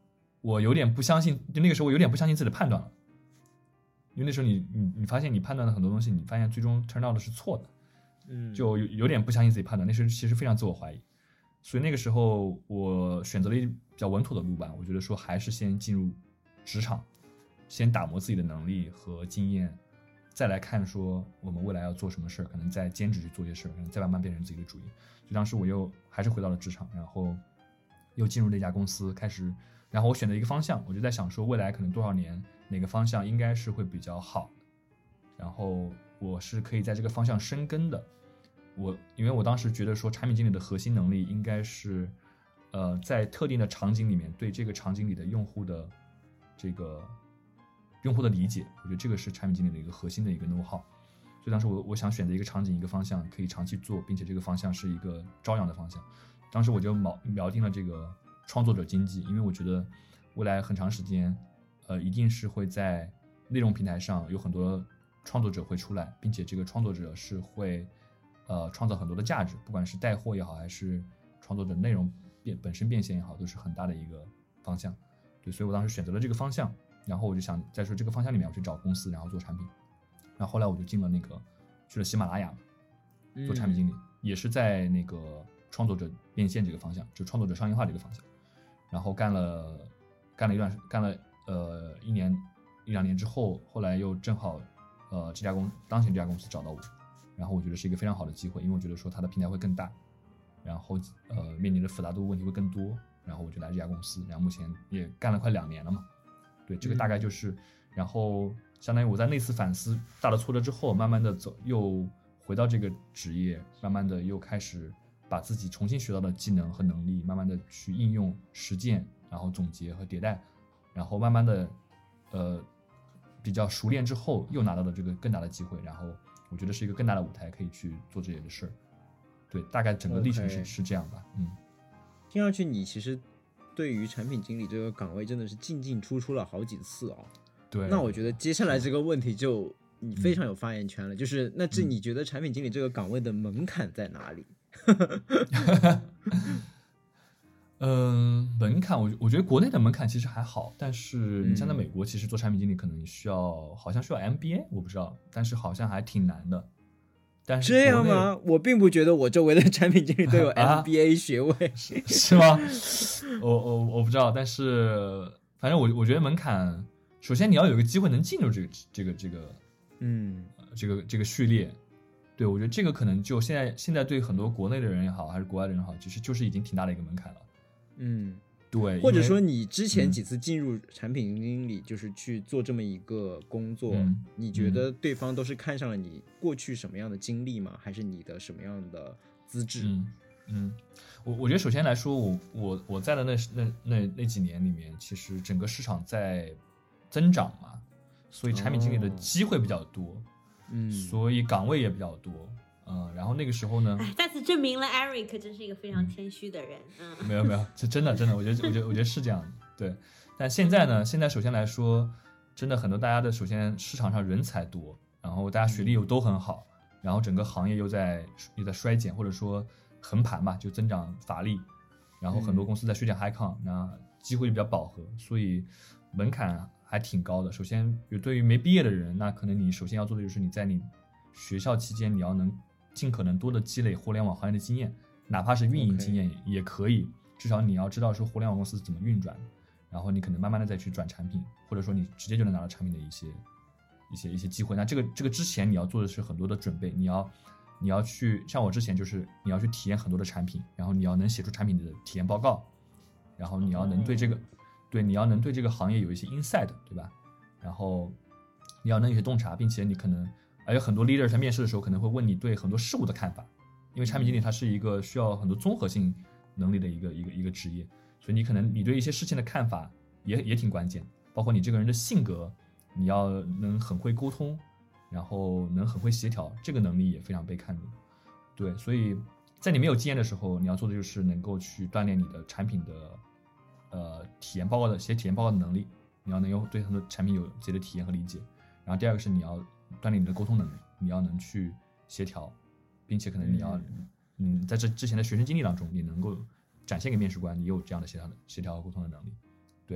S2: 我有点不相信，就那个时候我有点不相信自己的判断了，因为那时候你发现你判断的很多东西，你发现最终 turn out 的是错的，就有点不相信自己判断，那时候其实非常自我怀疑，所以那个时候我选择了一比较稳妥的路吧，我觉得说还是先进入职场，先打磨自己的能力和经验，再来看说我们未来要做什么事儿，可能再兼职去做一些事儿，可能再慢慢变成自己的主业。就当时我又还是回到了职场，然后又进入这家公司开始，然后我选择一个方向，我就在想说未来可能多少年哪个方向应该是会比较好，然后我是可以在这个方向深耕的。因为我当时觉得说产品经理的核心能力应该是在特定的场景里面对这个场景里的用户的理解，我觉得这个是产品经理的一个核心的一个 know how。所以当时我想选择一个场景一个方向可以长期做，并且这个方向是一个朝阳的方向。当时我就锚定了这个创作者经济，因为我觉得未来很长时间一定是会在内容平台上有很多创作者会出来，并且这个创作者是会创造很多的价值，不管是带货也好，还是创作者内容本身变现也好，都是很大的一个方向。对，所以我当时选择了这个方向，然后我就想在说这个方向里面我去找公司，然后做产品。然后后来我就去了喜马拉雅做产品经理，也是在那个创作者变现这个方向，就创作者商业化这个方向。然后干了一两年之后，后来又正好当前这家公司找到我，然后我觉得是一个非常好的机会，因为我觉得说它的平台会更大，然后面临的复杂度问题会更多，然后我就来这家公司，然后目前也干了快2年了嘛。对，这个大概就是，然后相当于我在那次反思大的挫折之后，慢慢的又回到这个职业，慢慢的又开始把自己重新学到的技能和能力，慢慢的去应用实践，然后总结和迭代，然后慢慢的比较熟练之后，又拿到了这个更大的机会，然后我觉得是一个更大的舞台可以去做这些的事儿。对，大概整个历程是这样吧。
S3: 听上去你其实对于产品经理这个岗位真的是进进出出了好几次哦。
S2: 对，
S3: 那我觉得接下来这个问题就你非常有发言权了，就是那你觉得产品经理这个岗位的门槛在哪里？
S2: 门槛我觉得国内的门槛其实还好，但是你像在美国，其实做产品经理可能好像需要 MBA， 我不知道，但是好像还挺难的。但是
S3: 这样吗？我并不觉得我周围的产品经理都有 MBA 学位，
S2: 是吗？我不知道，但是反正我觉得门槛，首先你要有一个机会能进入这个序列。对，我觉得这个可能就现在对很多国内的人也好，还是国外的人也好，其实就是已经挺大的一个门槛了。对，
S3: 或者说你之前几次进入产品经理，就是去做这么一个工作，你觉得对方都是看上了你过去什么样的经历吗？还是你的什么样的资质？
S2: 我觉得首先来说，我在的那几年里面，其实整个市场在增长嘛，所以产品经理的机会比较多，所以岗位也比较多。然后那个时候呢，
S1: 再次证明了 Eric 真是一个非常谦虚的人。
S2: 没有，这真的，我觉得是这样的。对，但现在呢，首先来说，真的很多大家的首先市场上人才多，然后大家学历又都很好，然后整个行业又在衰减或者说横盘吧，就增长乏力，然后很多公司在削减 headcount，那机会就比较饱和，所以门槛还挺高的。首先，对于没毕业的人，那可能你首先要做的就是你在你学校期间，你要能尽可能多的积累互联网行业的经验，哪怕是运营经验也可以，至少你要知道说互联网公司怎么运转，然后你可能慢慢的再去转产品，或者说你直接就能拿到产品的一些机会。那这个之前你要做的是很多的准备，你要去像我之前就是你要去体验很多的产品，然后你要能写出产品的体验报告，然后你要能对这个行业有一些 insight， 对吧？然后你要能有些洞察，并且你可能还有很多 leader 在面试的时候可能会问你对很多事物的看法，因为产品经理它是一个需要很多综合性能力的一个职业，所以你对一些事情的看法也挺关键，包括你这个人的性格，你要能很会沟通，然后能很会协调，这个能力也非常被看重。对，所以在你没有经验的时候，你要做的就是能够去锻炼你的产品的体验报告的能力，你要能有对很多产品有自己的体验和理解。然后第二个是你要锻炼你的沟通能力，你要能去协调，并且可能你要在这之前的学生经历当中，你能够展现给面试官你有这样的协调和沟通的能力。对，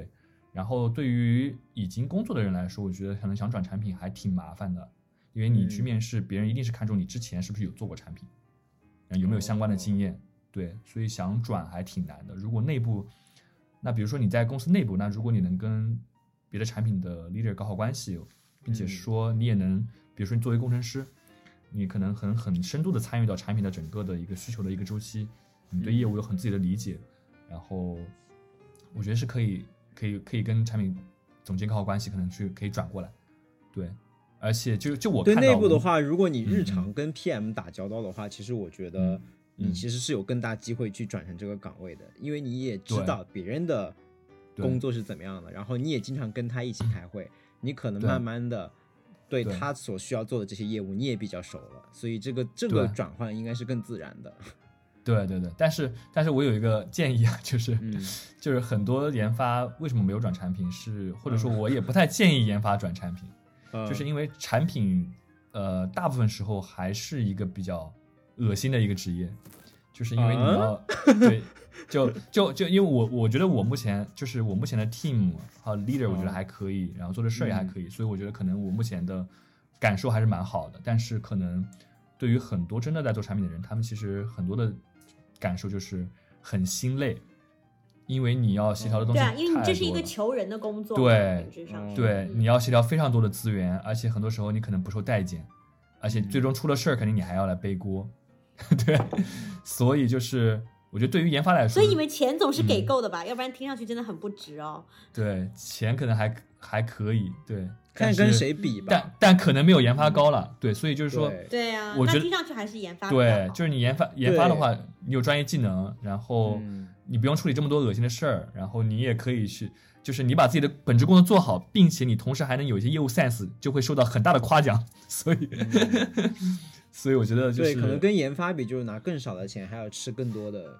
S2: 然后对于已经工作的人来说，我觉得可能想转产品还挺麻烦的，因为你去面试，别人一定是看重你之前是不是有做过产品，有没有相关的经验。对，所以想转还挺难的。如果内部，那比如说你在公司内部，那如果你能跟别的产品的 leader 搞好关系，并且说你也能，比如说你作为工程师，你可能很深度的参与到产品的整个的一个需求的一个周期，你对业务有很自己的理解，然后我觉得是可以跟产品总监搞好关系，可能可以转过来。对，而且就我看到
S3: 对内部的话，如果你日常跟 PM 打交道的话，其实我觉得你其实是有更大机会去转成这个岗位的，因为你也知道别人的工作是怎么样的，然后你也经常跟他一起开会，你可能慢慢的对他所需要做的这些业务你也比较熟了，所以这个转换应该是更自然的。
S2: 对，但是我有一个建议啊，就是很多研发为什么没有转产品，或者说我也不太建议研发转产品，就是因为产品大部分时候还是一个比较恶心的一个职业，就是因为你要对就因为我觉得我目前的 team 和 leader 我觉得还可以，然后做的事儿也还可以，所以我觉得可能我目前的感受还是蛮好的，但是可能对于很多真的在做产品的人，他们其实很多的感受就是很心累，因为你要协调的东西太多了。
S1: 对啊，因为你这是一个求人的工作，
S2: 对，你要协调非常多的资源，而且很多时候你可能不受待见，而且最终出了事儿，肯定你还要来背锅。对，所以就是我觉得对于研发来说，
S1: 所以你们钱总是给够的吧？要不然听上去真的很不值哦。
S2: 对，钱可能还可以，对，
S3: 看跟谁比吧，
S2: 但可能没有研发高了。对，所以就是说，
S1: 对啊，
S2: 我觉得
S1: 那听上去还是研发
S2: 对，就是你研发的话，你有专业技能，然后你不用处理这么多恶心的事儿，然后你也可以去，就是你把自己的本职工作做好，并且你同时还能有一些业务 sense， 就会受到很大的夸奖。所以所以我觉得就是
S3: 对，可能跟研发比，就是拿更少的钱，还要吃更多的。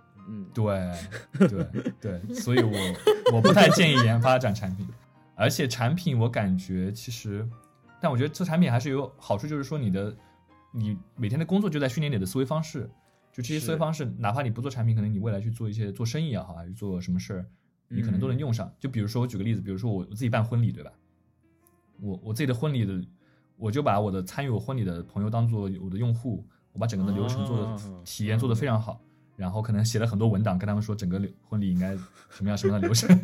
S2: 对，所以我不太建议研发转产品，而且产品我感觉其实，但我觉得做产品还是有好处，就是说你每天的工作就在训练你的思维方式，就这些思维方式，哪怕你不做产品，可能你未来去做生意也好，还是做什么事儿，你可能都能用上。就比如说我举个例子，比如说我自己办婚礼，对吧？我自己的婚礼的，我就把我的参与我婚礼的朋友当做我的用户，我把整个的流程做的体验做得非常好。然后可能写了很多文档，跟他们说整个婚礼应该什么样的流程，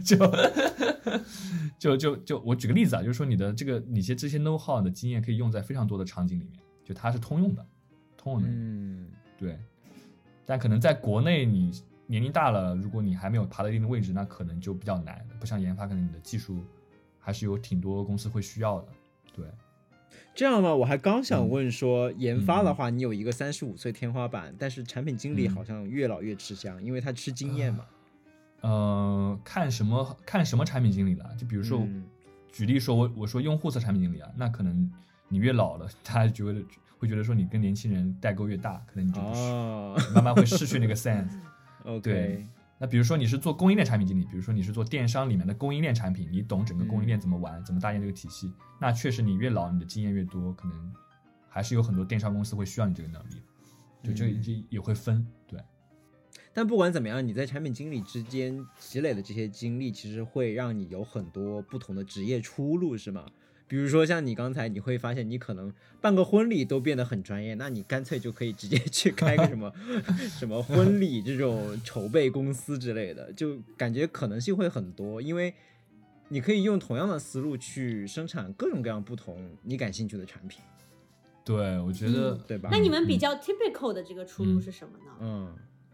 S2: 就我举个例子啊，就是说你的这些 know how 的经验可以用在非常多的场景里面，就它是通用的。对。但可能在国内你年龄大了，如果你还没有爬到一定的位置，那可能就比较难，不像研发，可能你的技术还是有挺多公司会需要的。对。
S3: 这样吗？我还刚想问说，研发的话，你有一个35岁天花板，但是产品经理好像越老越吃香，因为他吃经验嘛。
S2: 看什么产品经理了？就比如说，举例说，我说用户侧产品经理啊，那可能你越老了，他会觉得说你跟年轻人代沟越大，可能你就慢慢会失去那个 sense。对。那比如说你是做供应链产品经理，比如说你是做电商里面的供应链产品，你懂整个供应链怎么玩，怎么搭建这个体系，那确实你越老，你的经验越多，可能还是有很多电商公司会需要你这个能力，就这也会分。对。
S3: 但不管怎么样，你在产品经理之间积累的这些经历，其实会让你有很多不同的职业出路，是吗？比如说像你刚才，你会发现你可能办个婚礼都变得很专业，那你干脆就可以直接去开个什么婚礼这种筹备公司之类的，就感觉可能性会很多，因为你可以用同样的思路去生产各种各样不同你感兴趣的产品。
S2: 对，我觉得，
S3: 对吧？
S1: 那你们比较 typical 的这个出路是什么呢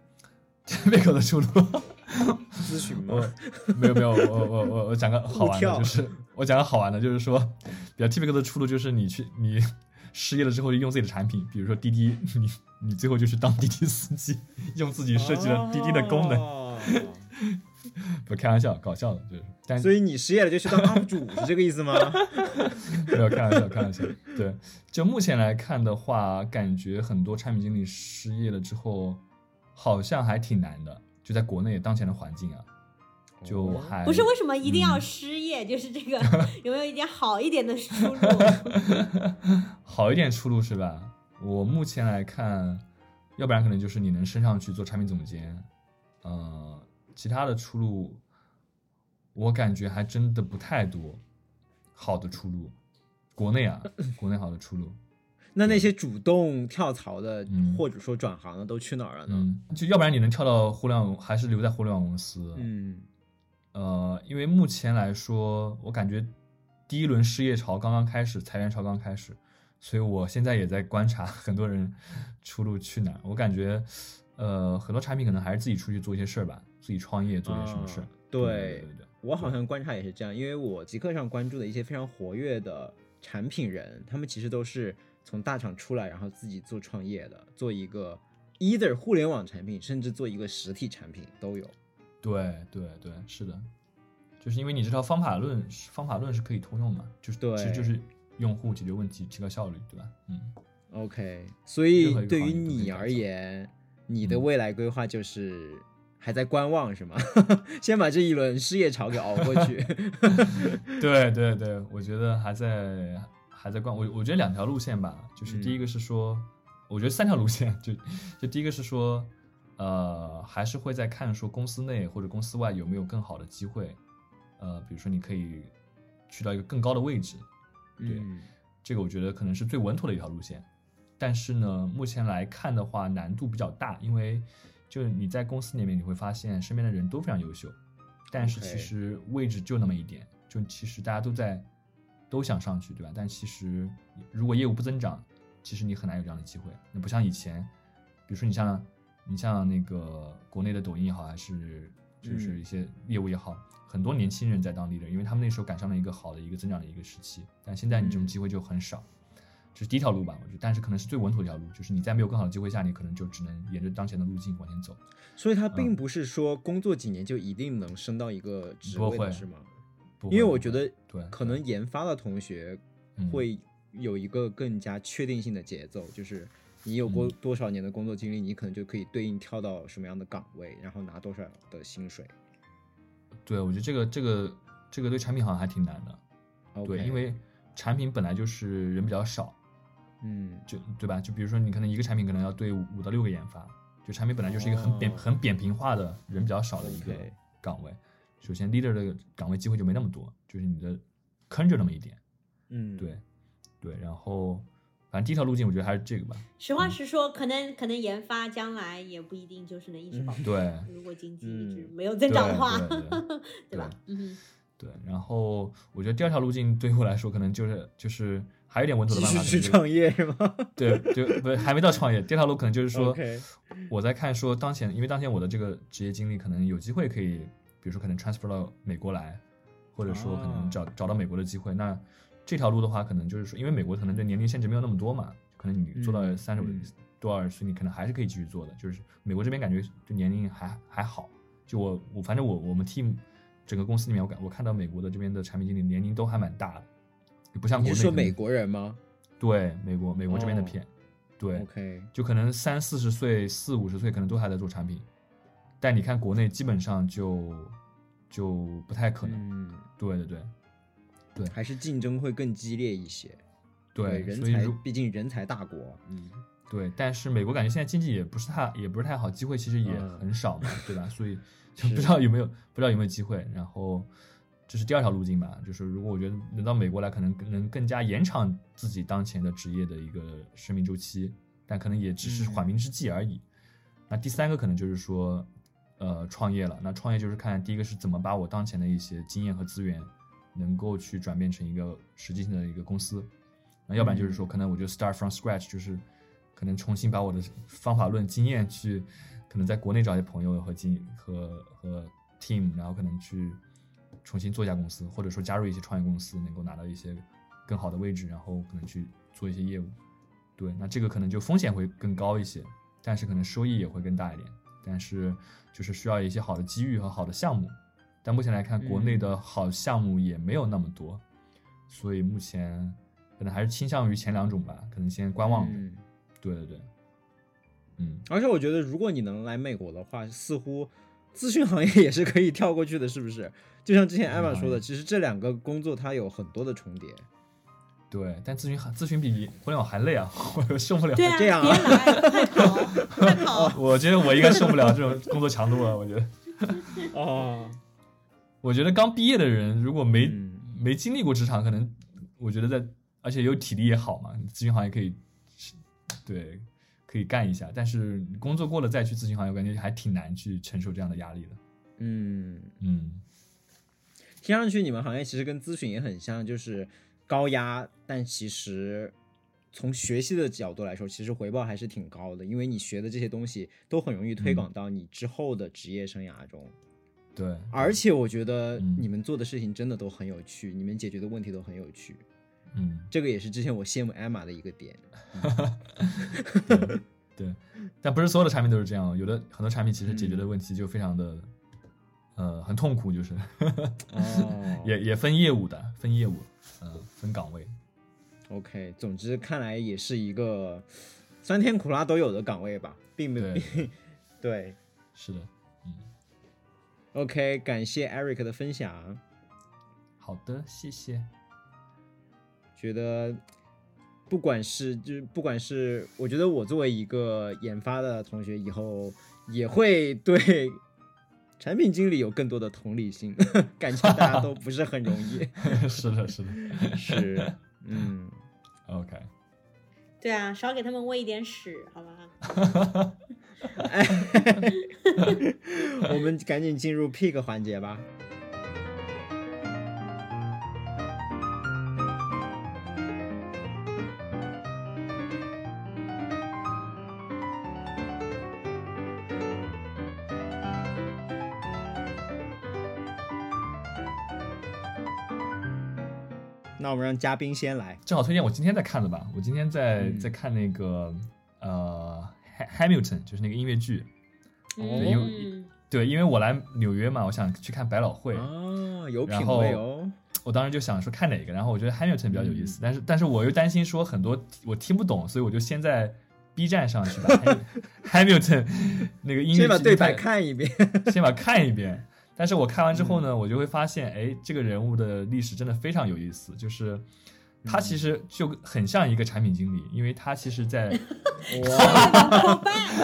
S2: ？typical 的出路
S3: 咨询吗？
S2: 没有，我讲个好玩的，就是说比较 typical 的出路就是你失业了之后就用自己的产品，比如说滴滴，你最后就去当滴滴司机，用自己设计了滴滴的功能。不开玩笑，搞笑的，就是。
S3: 所以你失业了就去当 UP 主是这个意思吗？
S2: 没有，开玩笑。对，就目前来看的话，感觉很多产品经理失业了之后，好像还挺难的，就在国内当前的环境啊，就还
S1: 不是为什么一定要失业，就是这个有没有一点好一点的出路？
S2: 好一点出路是吧？我目前来看，要不然可能就是你能升上去做产品总监，其他的出路我感觉还真的不太多好的出路。国内好的出路。
S3: 那些主动跳槽的，或者说转行的都去哪儿了呢？
S2: 就要不然你能跳到互联网，还是留在互联网公司？因为目前来说，我感觉第一轮失业潮刚刚开始，裁员潮刚开始，所以我现在也在观察很多人出路去哪儿。我感觉，很多产品可能还是自己出去做一些事儿吧，自己创业做些什么事儿。对，
S3: 我好像观察也是这样，因为我极客上关注的一些非常活跃的产品人，他们其实都是从大厂出来，然后自己做创业的，做一个 either 互联网产品，甚至做一个实体产品都有。
S2: 对，是的，就是因为你这套方法论是可以通用嘛，就是其实就是用户解决问题，提高效率，对吧
S3: ？OK， 所以对于你而言，你的未来规划就是还在观望是吗？先把这一轮失业潮给熬过去。
S2: 对，我觉得还在观，我觉得2条路线吧，就是第一个是说，我觉得3条路线，就第一个是说，还是会在看说公司内或者公司外有没有更好的机会，比如说你可以去到一个更高的位置，对，这个我觉得可能是最稳妥的一条路线。但是呢，目前来看的话，难度比较大，因为就你在公司里面你会发现身边的人都非常优秀，但是其实位置就那么一点，就其实大家都想上去，对吧？但其实如果业务不增长，其实你很难有这样的机会。那不像以前，比如说你像那个国内的抖音也好，还是就是一些业务也好，很多年轻人在当 leader， 因为他们那时候赶上了一个好的一个增长的一个时期。但现在你这种机会就很少，这是第一条路吧，我觉得。但是可能是最稳妥的一条路，就是你在没有更好的机会下，你可能就只能沿着当前的路径往前走。
S3: 所以它并不是说工作几年就一定能升到一个职位的，是吗？因为我觉得可能研发的同学会有一个更加确定性的节奏，就是你有过多少年的工作经历，你可能就可以对应跳到什么样的岗位，然后拿多少的薪水。
S2: 对，我觉得这个对产品好像还挺难的。对，因为产品本来就是人比较少，就对吧？就比如说你可能一个产品可能要对5到6个研发，就产品本来就是一个很扁平化的人比较少的一个岗位。首先 leader 的岗位机会就没那么多，就是你的坑就那么一点。对，然后反正第一条路径我觉得还是这个吧。
S1: 实话实说，可能研发将来也不一定就是能一直保持。
S2: 对，
S1: 如果经济一直没有增长的话，对吧？
S2: 对，然后我觉得第二条路径对于我来说可能就是还有点稳妥的办法，
S3: 继续去创业是吗？
S2: 对，就不还没到创业。第二条路可能就是说，我在看说因为当前我的这个职业经历可能有机会可以，比如说可能 transfer 到美国来，或者说可能找到美国的机会。那这条路的话，可能就是说，因为美国可能对年龄限制没有那么多嘛，可能你做到30多少岁，你可能还是可以继续做的。就是美国这边感觉对年龄还好。就反正我们 team 整个公司里面，我看到美国的这边的产品经理年龄都还蛮大的，不像国内。
S3: 你是说美国人吗？
S2: 对，美国这边的片，对，就可能30-40岁、40-50岁可能都还在做产品，但你看国内基本上就不太可能。对，
S3: 还是竞争会更激烈一些。
S2: 对，
S3: 人才毕竟人才大国。
S2: 对，但是美国感觉现在经济也不是太好，机会其实也很少嘛，对吧？所以就不知道有没有机会。然后这是第二条路径吧，就是如果我觉得能到美国来，可能能更加延长自己当前的职业的一个生命周期，但可能也只是缓兵之计而已。那第三个可能就是说创业了。那创业就是看第一个是怎么把我当前的一些经验和资源能够去转变成一个实际性的一个公司，那要不然就是说可能我就 start from scratch， 就是可能重新把我的方法论经验去可能在国内找一些朋友和team， 然后可能去重新做一家公司，或者说加入一些创业公司，能够拿到一些更好的位置，然后可能去做一些业务。对，那这个可能就风险会更高一些，但是可能收益也会更大一点，但是就是需要一些好的机遇和好的项目。但目前来看，国内的好项目也没有那么多，所以目前可能还是倾向于前2种吧，可能先观望。对，
S3: 而且我觉得如果你能来美国的话，似乎咨询行业也是可以跳过去的，是不是？就像之前艾玛说的，其实这2个工作它有很多的重叠。
S2: 对，但咨询比互联网还累啊，我受不了。
S1: 对啊，
S3: 这样
S1: 别来，快跑！
S2: 我觉得我应该受不了这种工作强度啊，我觉得。 我觉得刚毕业的人如果没经历过职场，可能我觉得而且有体力也好嘛，咨询行业可以对可以干一下，但是工作过了再去咨询行业，我感觉还挺难去承受这样的压力的。
S3: 听上去你们行业其实跟咨询也很像，就是高压，但其实从学习的角度来说，其实回报还是挺高的，因为你学的这些东西都很容易推广到你之后的职业生涯中。
S2: 对，
S3: 而且我觉得你们做的事情真的都很有趣，你们解决的问题都很有趣。这个也是之前我羡慕 Emma 的一个点。
S2: 对，但不是所有的产品都是这样，有的很多产品其实解决的问题就非常的很痛苦，就是也分业务的，分业务，分岗位。
S3: OK， 总之看来也是一个酸甜苦辣都有的岗位吧，并没有对，
S2: 是的。
S3: OK， 感谢 Eric 的分享。
S2: 好的，谢谢。
S3: 觉得不管是我觉得我作为一个研发的同学，以后也会对产品经理有更多的同理心，感觉大家都不是很容易。
S2: 是的是OK。
S1: 对啊，少给他们喂一点屎，好吧？
S3: 我们赶紧进入 pick 环节吧。那我们让嘉宾先来，
S2: 正好推荐我今天在看的吧。我今天在看那个Hamilton， 就是那个音乐剧。因为我来纽约嘛，我想去看百老汇。
S3: 有品味哦。
S2: 我当时就想说看哪个，然后我觉得 Hamilton 比较有意思，但是我又担心说很多我听不懂，所以我就先在 B 站上去把 Hamilton 那个音乐剧
S3: 先把对白看一遍，
S2: 先把看一遍。但是我看完之后呢，我就会发现，哎，这个人物的历史真的非常有意思，就是他其实就很像一个产品经理，因为他其实在
S1: 哇，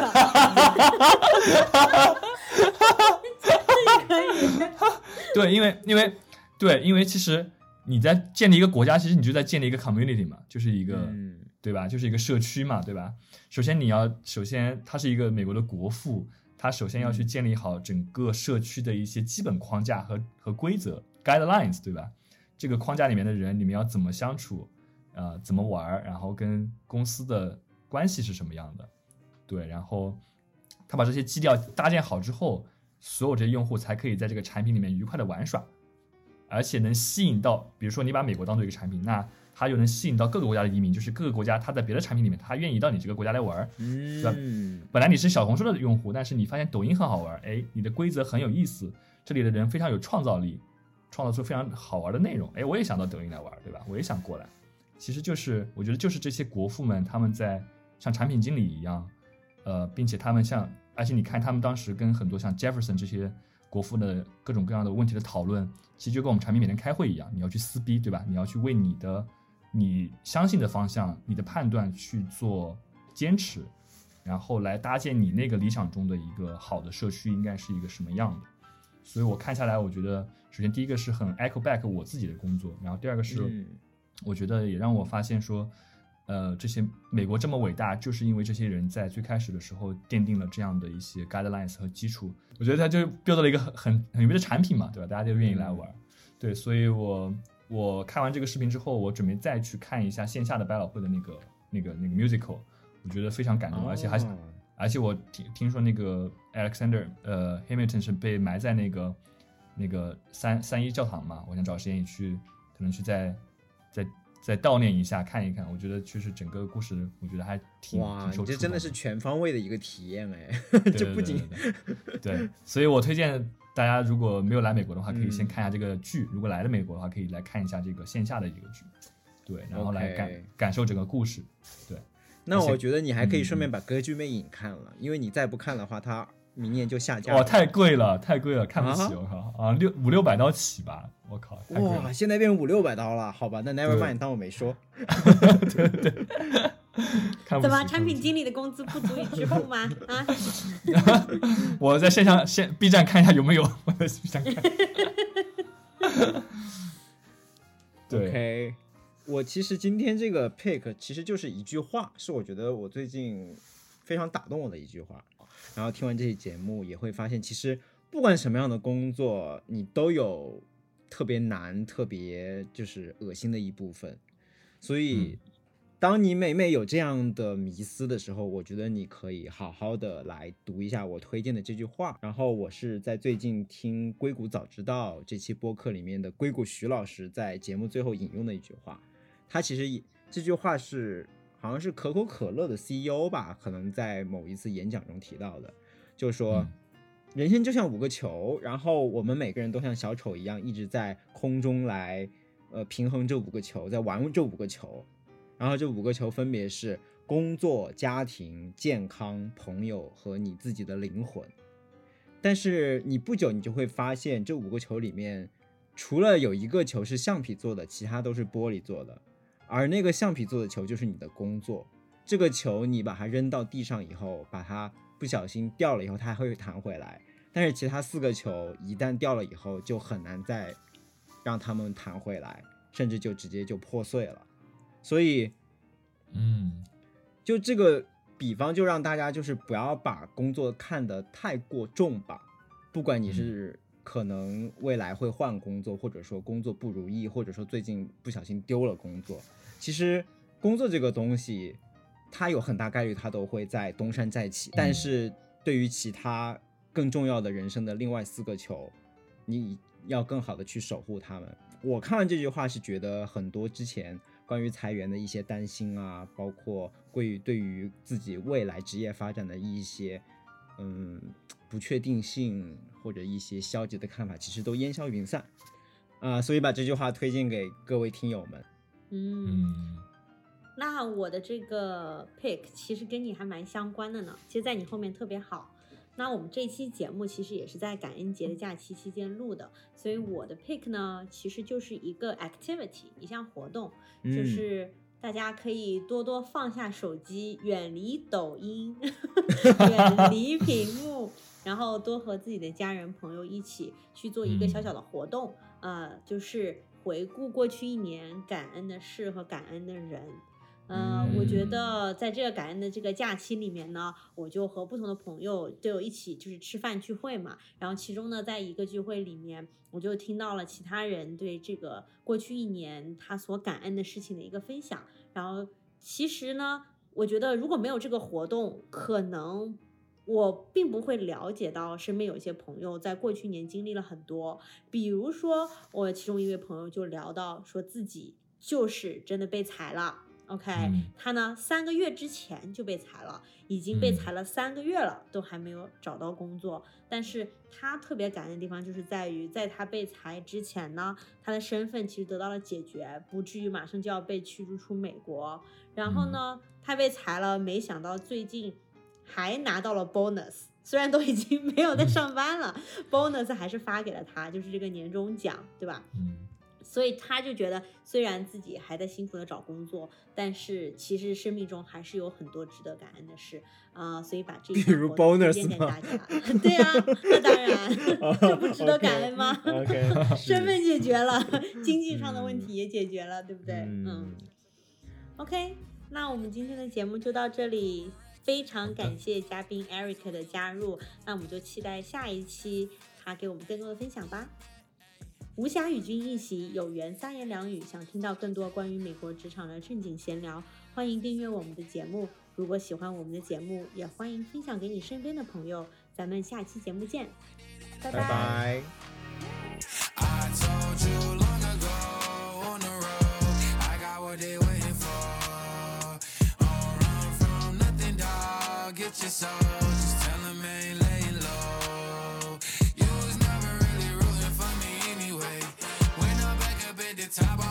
S2: 对，因为其实你在建立一个国家，其实你就在建立一个 community 嘛，就是一个对吧？就是一个社区嘛，对吧？首先他是一个美国的国父。他首先要去建立好整个社区的一些基本框架和规则 guidelines， 对吧？这个框架里面的人，你们要怎么相处，怎么玩，然后跟公司的关系是什么样的，对。然后他把这些基调搭建好之后，所有这些用户才可以在这个产品里面愉快的玩耍，而且能吸引到，比如说你把美国当做一个产品，那它又能吸引到各个国家的移民，就是各个国家它在别的产品里面，它愿意到你这个国家来玩，对吧？本来你是小红书的用户，但是你发现抖音很好玩，哎，你的规则很有意思，这里的人非常有创造力，创造出非常好玩的内容，哎，我也想到抖音来玩，对吧？我也想过来。其实就是我觉得就是这些国父们他们在像产品经理一样，并且他们而且你看他们当时跟很多像 Jefferson 这些国父的各种各样的问题的讨论，其实就跟我们产品每天开会一样，你要去撕逼，对吧？你要去为你相信的方向，你的判断去做坚持，然后来搭建你那个理想中的一个好的社区应该是一个什么样的。所以我看下来，我觉得首先第一个是很 echo back 我自己的工作，然后第二个是我觉得也让我发现说，这些美国这么伟大，就是因为这些人在最开始的时候奠定了这样的一些 guidelines 和基础。我觉得他就 build 了一个很牛逼的产品嘛，对吧？大家就愿意来玩。对，所以我看完这个视频之后，我准备再去看一下线下的百老汇的那个 musical， 我觉得非常感动，而且我听说那个 Alexander Hamilton 是被埋在那个三一教堂嘛，我想找时间也去，可能去再悼念一下，看一看。我觉得确实整个故事，我觉得还挺
S3: 哇，你这真的是全方位的一个体验哎，
S2: 这不仅对，所以我推荐大家如果没有来美国的话，可以先看一下这个剧；如果来了美国的话，可以来看一下这个线下的一个剧，对，然后来感受整个故事。对，
S3: 那我觉得你还可以顺便把《歌剧魅影》看了，因为你再不看的话，它明年就下架了。
S2: 哇，太贵了，看不起，我靠啊，500-600刀起吧，我靠，太贵了。
S3: 哇，现在变成500-600刀了，好吧，那 never mind， 当我没说。
S2: 对。
S1: 怎么产品经理的工资不足以支付吗？啊！
S2: 我在B 站看一下有没有，我在 B 站看。 对
S3: OK， 我其实今天这个 pick 其实就是一句话，是我觉得我最近非常打动我的一句话。然后听完这期节目也会发现，其实不管什么样的工作，你都有特别难、特别就是恶心的一部分。所以，当你每每有这样的迷思的时候，我觉得你可以好好的来读一下我推荐的这句话。然后我是在最近听《硅谷早知道》这期播客里面的硅谷徐老师在节目最后引用的一句话。他其实这句话是好像是可口可乐的 CEO 吧，可能在某一次演讲中提到的，就是说，人生就像5个球，然后我们每个人都像小丑一样，一直在空中来平衡这5个球，在玩这5个球。然后这5个球分别是工作、家庭、健康、朋友和你自己的灵魂。但是你不久你就会发现，这5个球里面，除了有1个球是橡皮做的，其他都是玻璃做的。而那个橡皮做的球就是你的工作。这个球你把它扔到地上以后，把它不小心掉了以后，它还会弹回来。但是其他4个球一旦掉了以后，就很难再让它们弹回来，甚至就直接就破碎了。所以，就这个比方就让大家就是不要把工作看得太过重吧。不管你是可能未来会换工作，或者说工作不如意，或者说最近不小心丢了工作，其实工作这个东西，它有很大概率它都会在东山再起。但是对于其他更重要的人生的另外4个球，你要更好的去守护他们。我看完这句话是觉得很多之前关于裁员的一些担心啊，包括对于自己未来职业发展的一些不确定性或者一些消极的看法，其实都烟消云散所以把这句话推荐给各位听友们。
S1: 那我的这个 pick 其实跟你还蛮相关的呢，其实在你后面特别好。那我们这期节目其实也是在感恩节的假期期间录的，所以我的 pick 呢，其实就是一个 activity， 一项活动，就是大家可以多多放下手机，远离抖音，远离屏幕，然后多和自己的家人朋友一起去做一个小小的活动，就是回顾过去1年感恩的事和感恩的人。我觉得在这个感恩的这个假期里面呢，我就和不同的朋友都有一起就是吃饭聚会嘛，然后其中呢，在一个聚会里面，我就听到了其他人对这个过去1年他所感恩的事情的一个分享。然后其实呢，我觉得如果没有这个活动，可能我并不会了解到身边有一些朋友在过去1年经历了很多。比如说我其中一位朋友就聊到说自己就是真的被裁了。OK，他呢3个月之前就被裁了，已经被裁了3个月了，都还没有找到工作。但是他特别感恩的地方就是在于，在他被裁之前呢，他的身份其实得到了解决，不至于马上就要被驱逐出美国。然后呢，他被裁了，没想到最近还拿到了 bonus， 虽然都已经没有在上班了，bonus 还是发给了他，就是这个年终奖，对吧？所以他就觉得，虽然自己还在辛苦的找工作，但是其实生命中还是有很多值得感恩的事所以把这一
S3: 比如 bonus
S1: 给大家。对啊，那当然，这不值得感恩吗？
S3: OK，
S1: 身份解决了，经济上的问题也解决了，对不对？OK， 那我们今天的节目就到这里，非常感谢嘉宾 Eric 的加入，那我们就期待下一期他给我们更多的分享吧。无暇与君一席，有缘3言2语。想听到更多关于美国职场的正经闲聊，欢迎订阅我们的节目。如果喜欢我们的节目，也欢迎分享给你身边的朋友。咱们下期节目见，拜拜。
S3: 拜拜。
S4: I told you long ago on the road, I got what they waiting for. Don't run from nothing, dog. Get your soul, just tell them ain't laying low. You was never really rooting for me anyway. When I'm back up at the top,